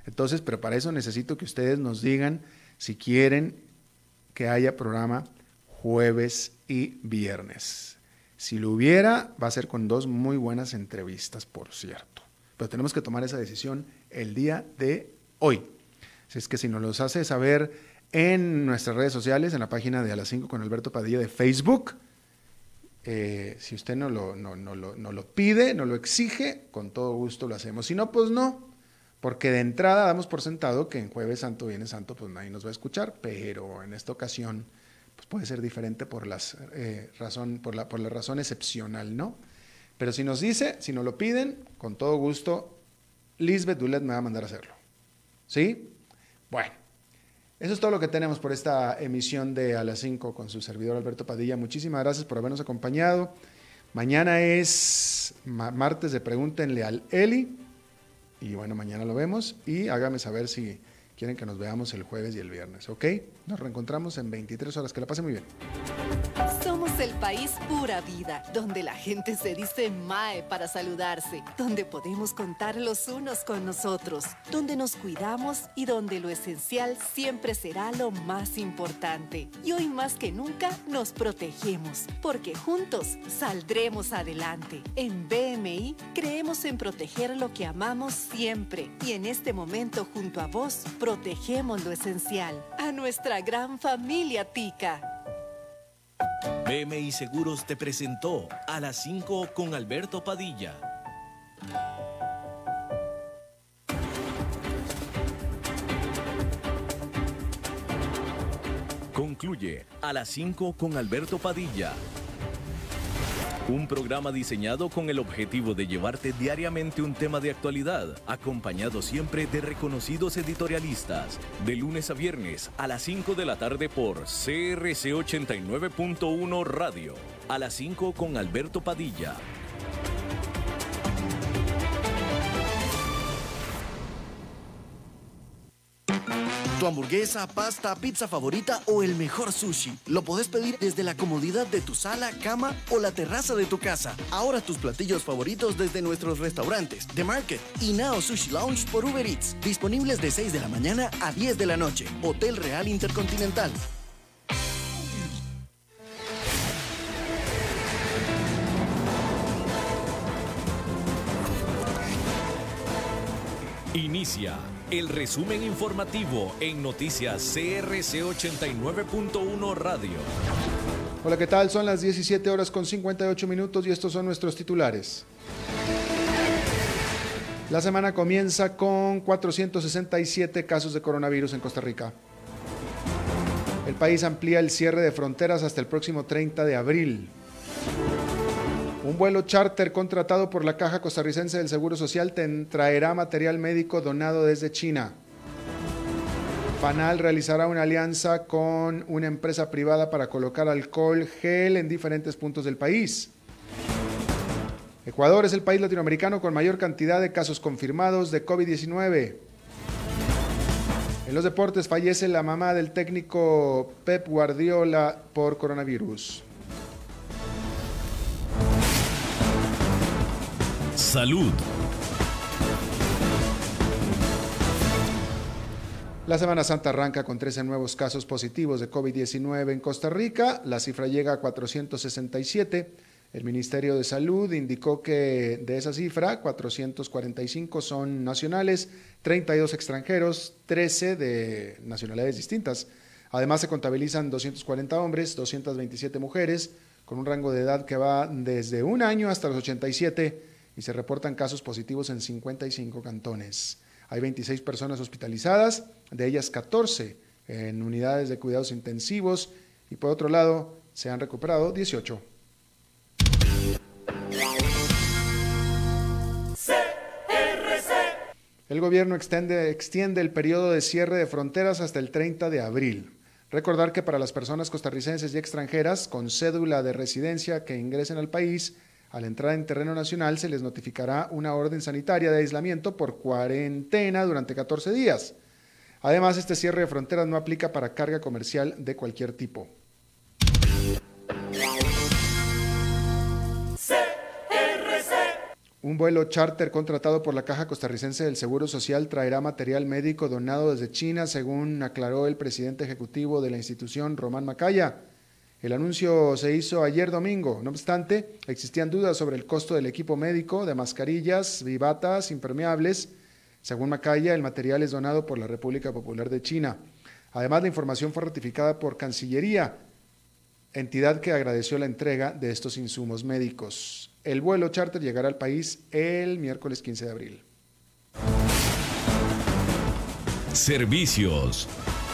Entonces, pero para eso necesito que ustedes nos digan si quieren que haya programa jueves y viernes. Si lo hubiera, va a ser con 2 muy buenas entrevistas, por cierto. Pero tenemos que tomar esa decisión el día de hoy. Así es que si nos los hace saber en nuestras redes sociales, en la página de A las 5 con Alberto Padilla de Facebook, si usted no lo pide, no lo exige, con todo gusto lo hacemos. Si no, pues no, porque de entrada damos por sentado que en Jueves Santo, Viernes Santo, pues nadie nos va a escuchar, pero en esta ocasión pues puede ser diferente por la razón excepcional, ¿no? Pero si nos dice, si nos lo piden, con todo gusto, Lisbeth Dulet me va a mandar a hacerlo. ¿Sí? Bueno, eso es todo lo que tenemos por esta emisión de A las 5 con su servidor Alberto Padilla. Muchísimas gracias por habernos acompañado. Mañana es martes de Pregúntenle al Eli. Y bueno, mañana lo vemos. Y hágame saber si quieren que nos veamos el jueves y el viernes, ¿ok? Nos reencontramos en 23 horas. Que la pasen muy bien. Somos el país pura vida, donde la gente se dice mae para saludarse, donde podemos contar los unos con nosotros, donde nos cuidamos y donde lo esencial siempre será lo más importante. Y hoy más que nunca nos protegemos, porque juntos saldremos adelante. En BMI creemos en proteger lo que amamos siempre y en este momento junto a vos protegemos lo esencial, a nuestra gran familia tica. BMI Seguros te presentó A las 5 con Alberto Padilla. Concluye A las 5 con Alberto Padilla. Un programa diseñado con el objetivo de llevarte diariamente un tema de actualidad, acompañado siempre de reconocidos editorialistas, de lunes a viernes a las 5 de la tarde por CRC 89.1 Radio. A las 5 con Alberto Padilla. Tu hamburguesa, pasta, pizza favorita o el mejor sushi. Lo podés pedir desde la comodidad de tu sala, cama o la terraza de tu casa. Ahora tus platillos favoritos desde nuestros restaurantes, The Market y Nao Sushi Lounge por Uber Eats. Disponibles de 6 de la mañana a 10 de la noche. Hotel Real Intercontinental. Inicia el resumen informativo en Noticias CRC 89.1 Radio. Hola, ¿qué tal? Son las 17 horas con 58 minutos y estos son nuestros titulares. La semana comienza con 467 casos de coronavirus en Costa Rica. El país amplía el cierre de fronteras hasta el próximo 30 de abril. Un vuelo charter contratado por la Caja Costarricense del Seguro Social traerá material médico donado desde China. Panal realizará una alianza con una empresa privada para colocar alcohol gel en diferentes puntos del país. Ecuador es el país latinoamericano con mayor cantidad de casos confirmados de COVID-19. En los deportes fallece la mamá del técnico Pep Guardiola por coronavirus. Salud. La Semana Santa arranca con 13 nuevos casos positivos de COVID-19 en Costa Rica. La cifra llega a 467. El Ministerio de Salud indicó que de esa cifra, 445 son nacionales, 32 extranjeros, 13 de nacionalidades distintas. Además, se contabilizan 240 hombres, 227 mujeres, con un rango de edad que va desde 1 año hasta los 87, y se reportan casos positivos en 55 cantones. Hay 26 personas hospitalizadas, de ellas 14 en unidades de cuidados intensivos, y por otro lado se han recuperado 18. El gobierno extiende el periodo de cierre de fronteras hasta el 30 de abril. Recordar que para las personas costarricenses y extranjeras con cédula de residencia que ingresen al país, al entrar en terreno nacional se les notificará una orden sanitaria de aislamiento por cuarentena durante 14 días. Además, este cierre de fronteras no aplica para carga comercial de cualquier tipo. Un vuelo charter contratado por la Caja Costarricense del Seguro Social traerá material médico donado desde China, según aclaró el presidente ejecutivo de la institución, Román Macaya. El anuncio se hizo ayer domingo. No obstante, existían dudas sobre el costo del equipo médico, de mascarillas y batas impermeables. Según Macaya, el material es donado por la República Popular de China. Además, la información fue ratificada por Cancillería, entidad que agradeció la entrega de estos insumos médicos. El vuelo charter llegará al país el miércoles 15 de abril. Servicios.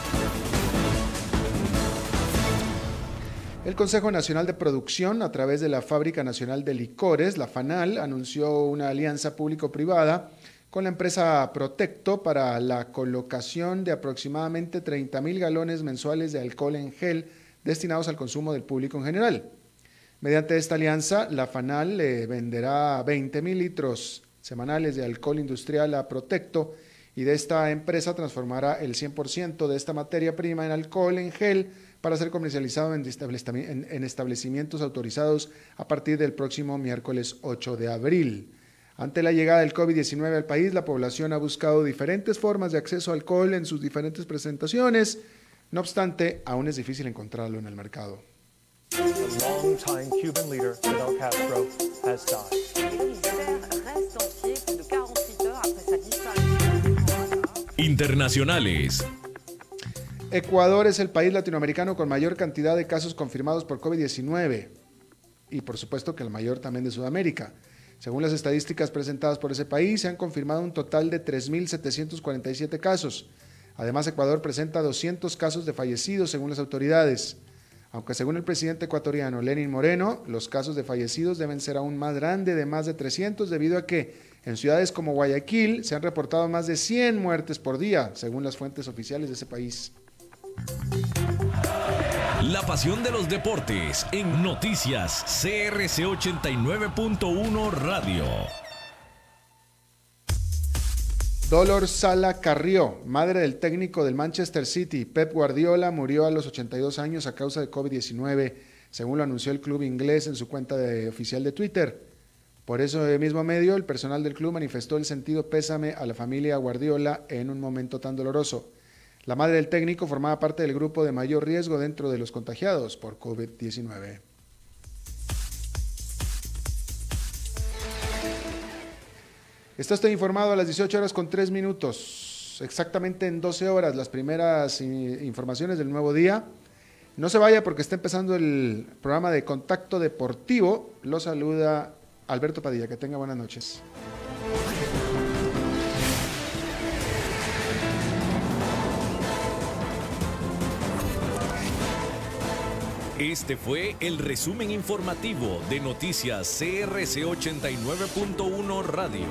El Consejo Nacional de Producción, a través de la Fábrica Nacional de Licores, la FANAL, anunció una alianza público-privada con la empresa Protecto para la colocación de aproximadamente 30,000 galones mensuales de alcohol en gel destinados al consumo del público en general. Mediante esta alianza, la FANAL le venderá 20,000 litros semanales de alcohol industrial a Protecto y de esta empresa transformará el 100% de esta materia prima en alcohol en gel para ser comercializado en establecimientos autorizados a partir del próximo miércoles 8 de abril. Ante la llegada del COVID-19 al país, la población ha buscado diferentes formas de acceso al alcohol en sus diferentes presentaciones. No obstante, aún es difícil encontrarlo en el mercado. Internacionales. Ecuador es el país latinoamericano con mayor cantidad de casos confirmados por COVID-19 y por supuesto que el mayor también de Sudamérica. Según las estadísticas presentadas por ese país, se han confirmado un total de 3,747 casos. Además, Ecuador presenta 200 casos de fallecidos según las autoridades. Aunque según el presidente ecuatoriano Lenín Moreno, los casos de fallecidos deben ser aún más grandes, de más de 300, debido a que en ciudades como Guayaquil se han reportado más de 100 muertes por día, según las fuentes oficiales de ese país. La pasión de los deportes en Noticias CRC 89.1 Radio. Dolors Sala Carrió, madre del técnico del Manchester City, Pep Guardiola, murió a los 82 años a causa de COVID-19, según lo anunció el club inglés en su cuenta oficial de Twitter. Por ese mismo medio, el personal del club manifestó el sentido pésame a la familia Guardiola en un momento tan doloroso. La madre del técnico formaba parte del grupo de mayor riesgo dentro de los contagiados por COVID-19. Está usted informado a las 18:03. Exactamente en 12 horas, las primeras informaciones del nuevo día. No se vaya porque está empezando el programa de Contacto Deportivo. Lo saluda Alberto Padilla. Que tenga buenas noches. Este fue el resumen informativo de Noticias CRC 89.1 Radio.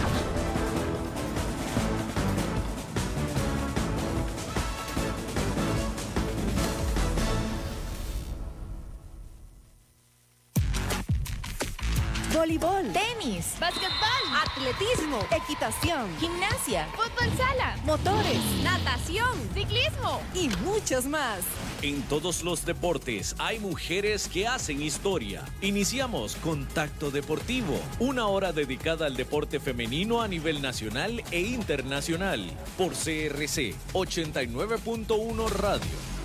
Voleibol, tenis, básquetbol, atletismo, equitación, gimnasia, fútbol sala, motores, natación, ciclismo y muchos más. En todos los deportes hay mujeres que hacen historia. Iniciamos Contacto Deportivo, una hora dedicada al deporte femenino a nivel nacional e internacional, por CRC 89.1 Radio.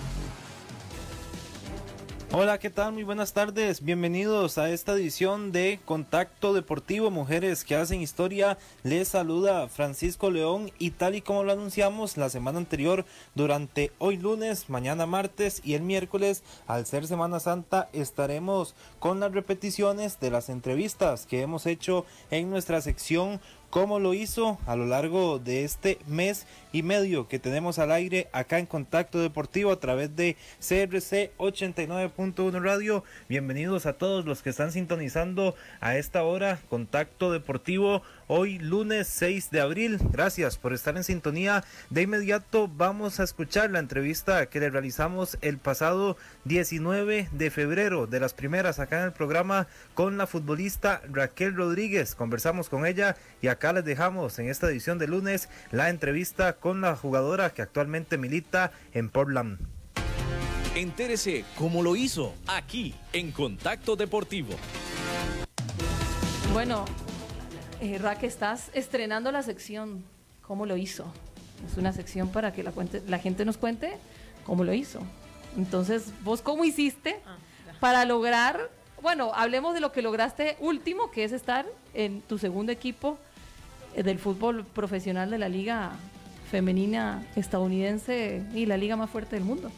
Hola, ¿qué tal? Muy buenas tardes. Bienvenidos a esta edición de Contacto Deportivo, Mujeres que hacen historia. Les saluda Francisco León y tal y como lo anunciamos la semana anterior, durante hoy lunes, mañana martes y el miércoles, al ser Semana Santa, estaremos con las repeticiones de las entrevistas que hemos hecho en nuestra sección Cómo lo hizo a lo largo de este mes y medio que tenemos al aire acá en Contacto Deportivo a través de CRC 89.1 Radio. Bienvenidos a todos los que están sintonizando a esta hora Contacto Deportivo hoy lunes 6 de abril. Gracias por estar en sintonía. De inmediato vamos a escuchar la entrevista que le realizamos el pasado 19 de febrero, de las primeras acá en el programa, con la futbolista Raquel Rodríguez. Conversamos con ella y acá les dejamos en esta edición de lunes la entrevista con la jugadora que actualmente milita en Portland. Entérese cómo lo hizo aquí en Contacto Deportivo. Bueno, Raque, estás estrenando la sección. ¿Cómo lo hizo? Es una sección para que la gente nos cuente cómo lo hizo. Entonces, ¿vos cómo hiciste para lograr? Bueno, hablemos de lo que lograste último, que es estar en tu segundo equipo del fútbol profesional de la liga femenina estadounidense y la liga más fuerte del mundo.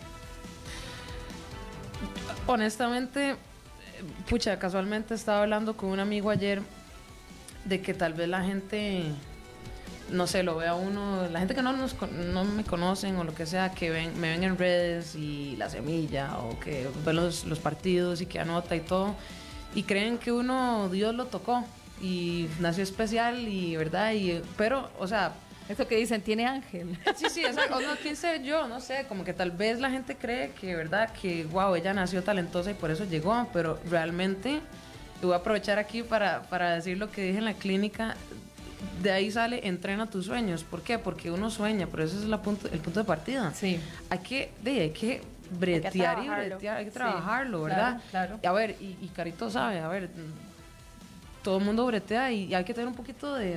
Honestamente, pucha, casualmente estaba hablando con un amigo ayer de que tal vez la gente, no sé, lo vea uno, la gente que no me conocen o lo que sea, que me ven en redes y La Semilla o que ven los partidos y que anota y todo, y creen que uno, Dios lo tocó y nació especial y verdad, pero, o sea, eso que dicen, tiene ángel. Sí, exacto. O no, quién sé yo, no sé, como que tal vez la gente cree que, verdad, que wow, ella nació talentosa y por eso llegó, pero realmente, y voy a aprovechar aquí para decir lo que dije en la clínica, de ahí sale entrena tus sueños. ¿Por qué? Porque uno sueña, pero ese es el punto de partida. Sí. Hay que bretear y bretear, hay que trabajarlo, sí, ¿verdad? Claro. A ver, y Carito sabe, a ver, todo el mundo bretea y hay que tener un poquito de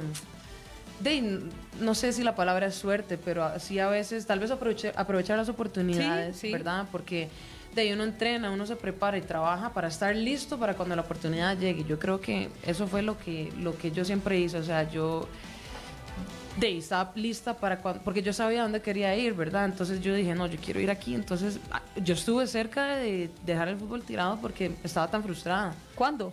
no sé si la palabra es suerte, pero sí a veces, tal vez aprovechar las oportunidades, sí. ¿Verdad? Porque uno entrena, uno se prepara y trabaja para estar listo para cuando la oportunidad llegue. Yo creo que eso fue lo que yo siempre hice, o sea, yo estaba lista para porque yo sabía dónde quería ir, ¿verdad? Entonces yo dije, no, yo quiero ir aquí. Entonces yo estuve cerca de dejar el fútbol tirado porque estaba tan frustrada. ¿Cuándo?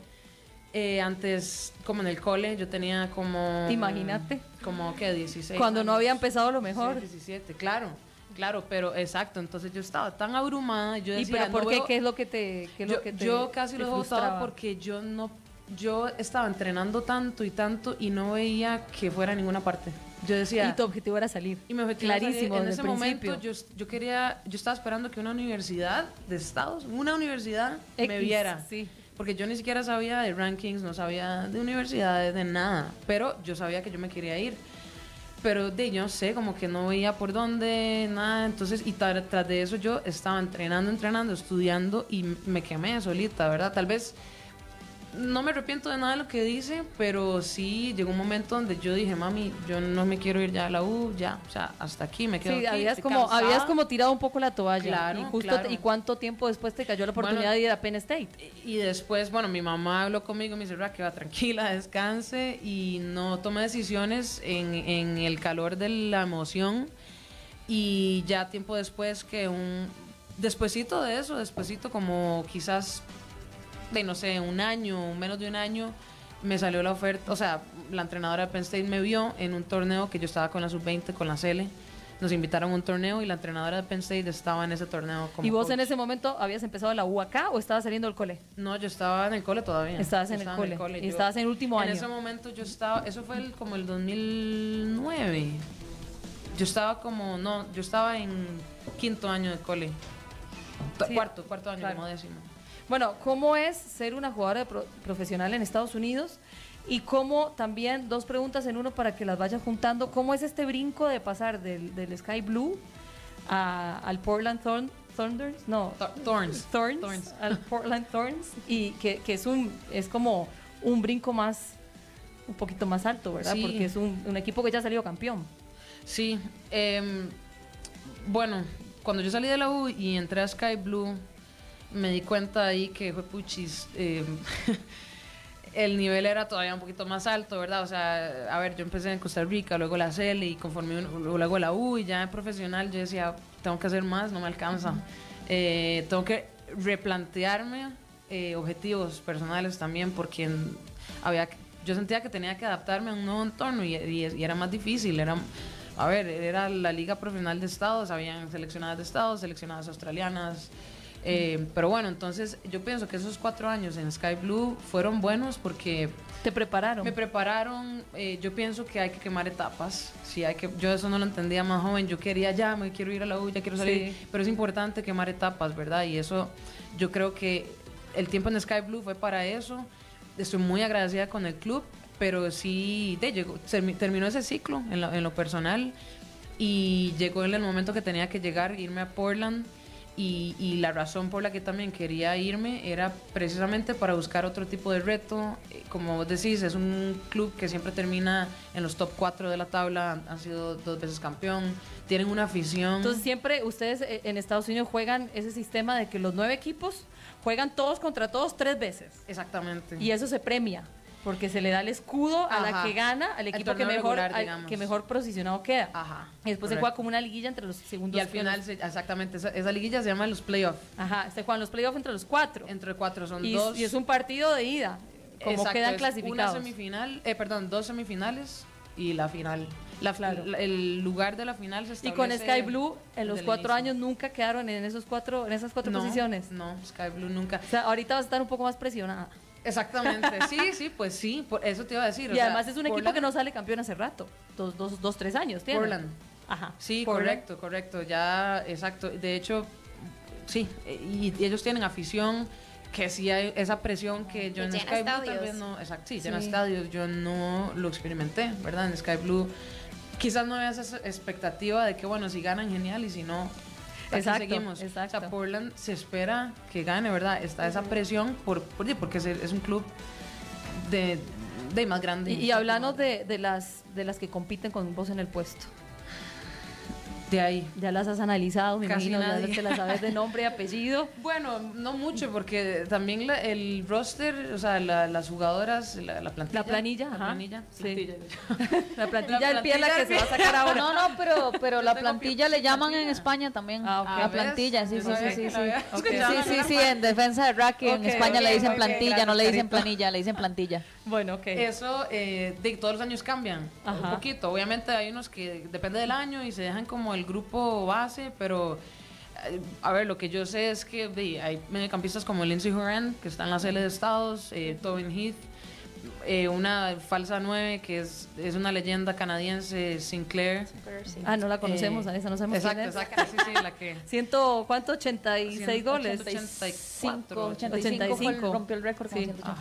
Antes, como en el cole, yo tenía como... Imagínate. Como que 16 Cuando años. No había empezado lo mejor. 17, claro, pero exacto. Entonces yo estaba tan abrumada. Yo decía, ¿y pero por qué? ¿Qué es lo que te yo casi lo votaba porque yo estaba entrenando tanto y no veía que fuera a ninguna parte. Yo decía... Y tu objetivo era salir. Y mi objetivo clarísimo era salir. En ese principio. momento yo estaba esperando que una universidad de Estados, me viera. Sí. Porque yo ni siquiera sabía de rankings, no sabía de universidades, de nada. Pero yo sabía que yo me quería ir. Pero yo no sé, como que no veía por dónde, nada. Entonces, y tras de eso yo estaba entrenando, estudiando y me quemé solita, ¿verdad? Tal vez no me arrepiento de nada de lo que dice, pero sí llegó un momento donde yo dije, mami, yo no me quiero ir ya a la U, ya, o sea, hasta aquí me quedo. Sí, aquí, habías como tirado un poco la toalla. Claro, ¿Y cuánto tiempo después te cayó la oportunidad de ir a Penn State? Y después, mi mamá habló conmigo y me dice, que va tranquila, descanse y no tome decisiones en el calor de la emoción. Y ya tiempo después despuesito de eso, como quizás no sé, menos de un año, me salió la oferta, o sea, la entrenadora de Penn State me vio en un torneo que yo estaba con la sub-20, con la Cele, nos invitaron a un torneo y la entrenadora de Penn State estaba en ese torneo como ¿Y vos coach. En ese momento habías empezado la U acá o estabas saliendo del cole? No, yo estaba en el cole todavía. Estabas en el cole. Y estabas en el último año. En ese momento yo estaba, eso fue como el 2009. Yo estaba en quinto año de cole. Sí, cuarto año, claro. Como décimo. Bueno, ¿cómo es ser una jugadora profesional en Estados Unidos? Y cómo también, dos preguntas en uno para que las vayas juntando. ¿Cómo es este brinco de pasar del Sky Blue al Portland Thorns? No, Thorns. Al Portland Thorns. Y que es como un brinco un poquito más alto, ¿verdad? Sí. Porque es un equipo que ya ha salido campeón. Sí. Bueno, cuando yo salí de la U y entré a Sky Blue, me di cuenta ahí que fue puchis. El nivel era todavía un poquito más alto, ¿verdad? O sea, a ver, yo empecé en Costa Rica, luego la CELE y luego la U y ya en profesional yo decía, tengo que hacer más, no me alcanza. Tengo que replantearme objetivos personales también porque yo sentía que tenía que adaptarme a un nuevo entorno y era más difícil. Era la liga profesional de estados, habían seleccionadas de estados, seleccionadas australianas. Pero bueno, entonces yo pienso que esos 4 años en Sky Blue fueron buenos porque te prepararon. Me prepararon. Yo pienso que hay que quemar etapas. Sí, yo eso no lo entendía más joven. Yo me quiero ir a la U, ya quiero salir. Sí. Pero es importante quemar etapas, ¿verdad? Y eso, yo creo que el tiempo en Sky Blue fue para eso. Estoy muy agradecida con el club, pero sí, terminó ese ciclo en lo personal y llegó el momento que tenía que irme a Portland. Y la razón por la que también quería irme era precisamente para buscar otro tipo de reto. Como vos decís, es un club que siempre termina en los top 4 de la tabla, han sido 2 veces campeón, tienen una afición. Entonces siempre ustedes en Estados Unidos juegan ese sistema de que los 9 equipos juegan todos contra todos 3 veces. Exactamente. Y eso se premia, porque se le da el escudo a la que gana, al equipo que mejor, que mejor posicionado queda. Ajá. Y después se juega como una liguilla entre los segundos. Y al final, exactamente, esa liguilla se llama los playoffs. Ajá, se juegan los playoffs entre los 4. Entre 4 son y, 2. Y es un partido de ida, como exacto, quedan clasificados. Una semifinal, 2 semifinales y la final. Claro. El lugar de la final se establece. Y con Sky Blue, en los 4 años nunca quedaron en esas 4 posiciones. No, Sky Blue nunca. O sea, ahorita vas a estar un poco más presionada. Exactamente, pues sí, por eso te iba a decir. Y además es un equipo que no sale campeón hace rato, 3 años tiene. Portland. Ajá. Sí, Portland. correcto, ya, exacto. De hecho, sí, y ellos tienen afición, que sí hay esa presión que yo en Sky Blue tal vez no, exacto, sí, llena estadios, yo no lo experimenté, ¿verdad? En Sky Blue quizás no había esa expectativa de que, bueno, si ganan, genial, y si no... Seguimos. Exacto. O sea, Portland se espera que gane, ¿verdad? Está esa presión porque es un club de más grande. Y háblanos de las que compiten con vos en el puesto. De ahí. Ya las has analizado, me Casi imagino, nadie. ya te las sabes de nombre y apellido. Bueno, no mucho, porque también el roster, o sea, las jugadoras, la plantilla. La planilla, La ajá. planilla. Sí. La plantilla del pie es la que se va a sacar ahora. No, pero la plantilla le llaman en España también. Ah, ok. La plantilla, sí. Okay. Sí, en defensa de Raki en España le dicen plantilla, no le dicen planilla, le dicen plantilla. Bueno, ok. Eso de todos los años cambian un poquito. Obviamente hay unos que depende del año y se dejan como el grupo base, pero a ver, lo que yo sé es que hay mediocampistas como Lindsey Horan, que está en la CL de Estados, Tobin Heath, una falsa 9 que es una leyenda canadiense, Sinclair. Sí. No la conocemos, a esa no sabemos quién es. Exacto, sí, la que... ¿Cuánto? 86 goles. 85 rompió el récord con 185.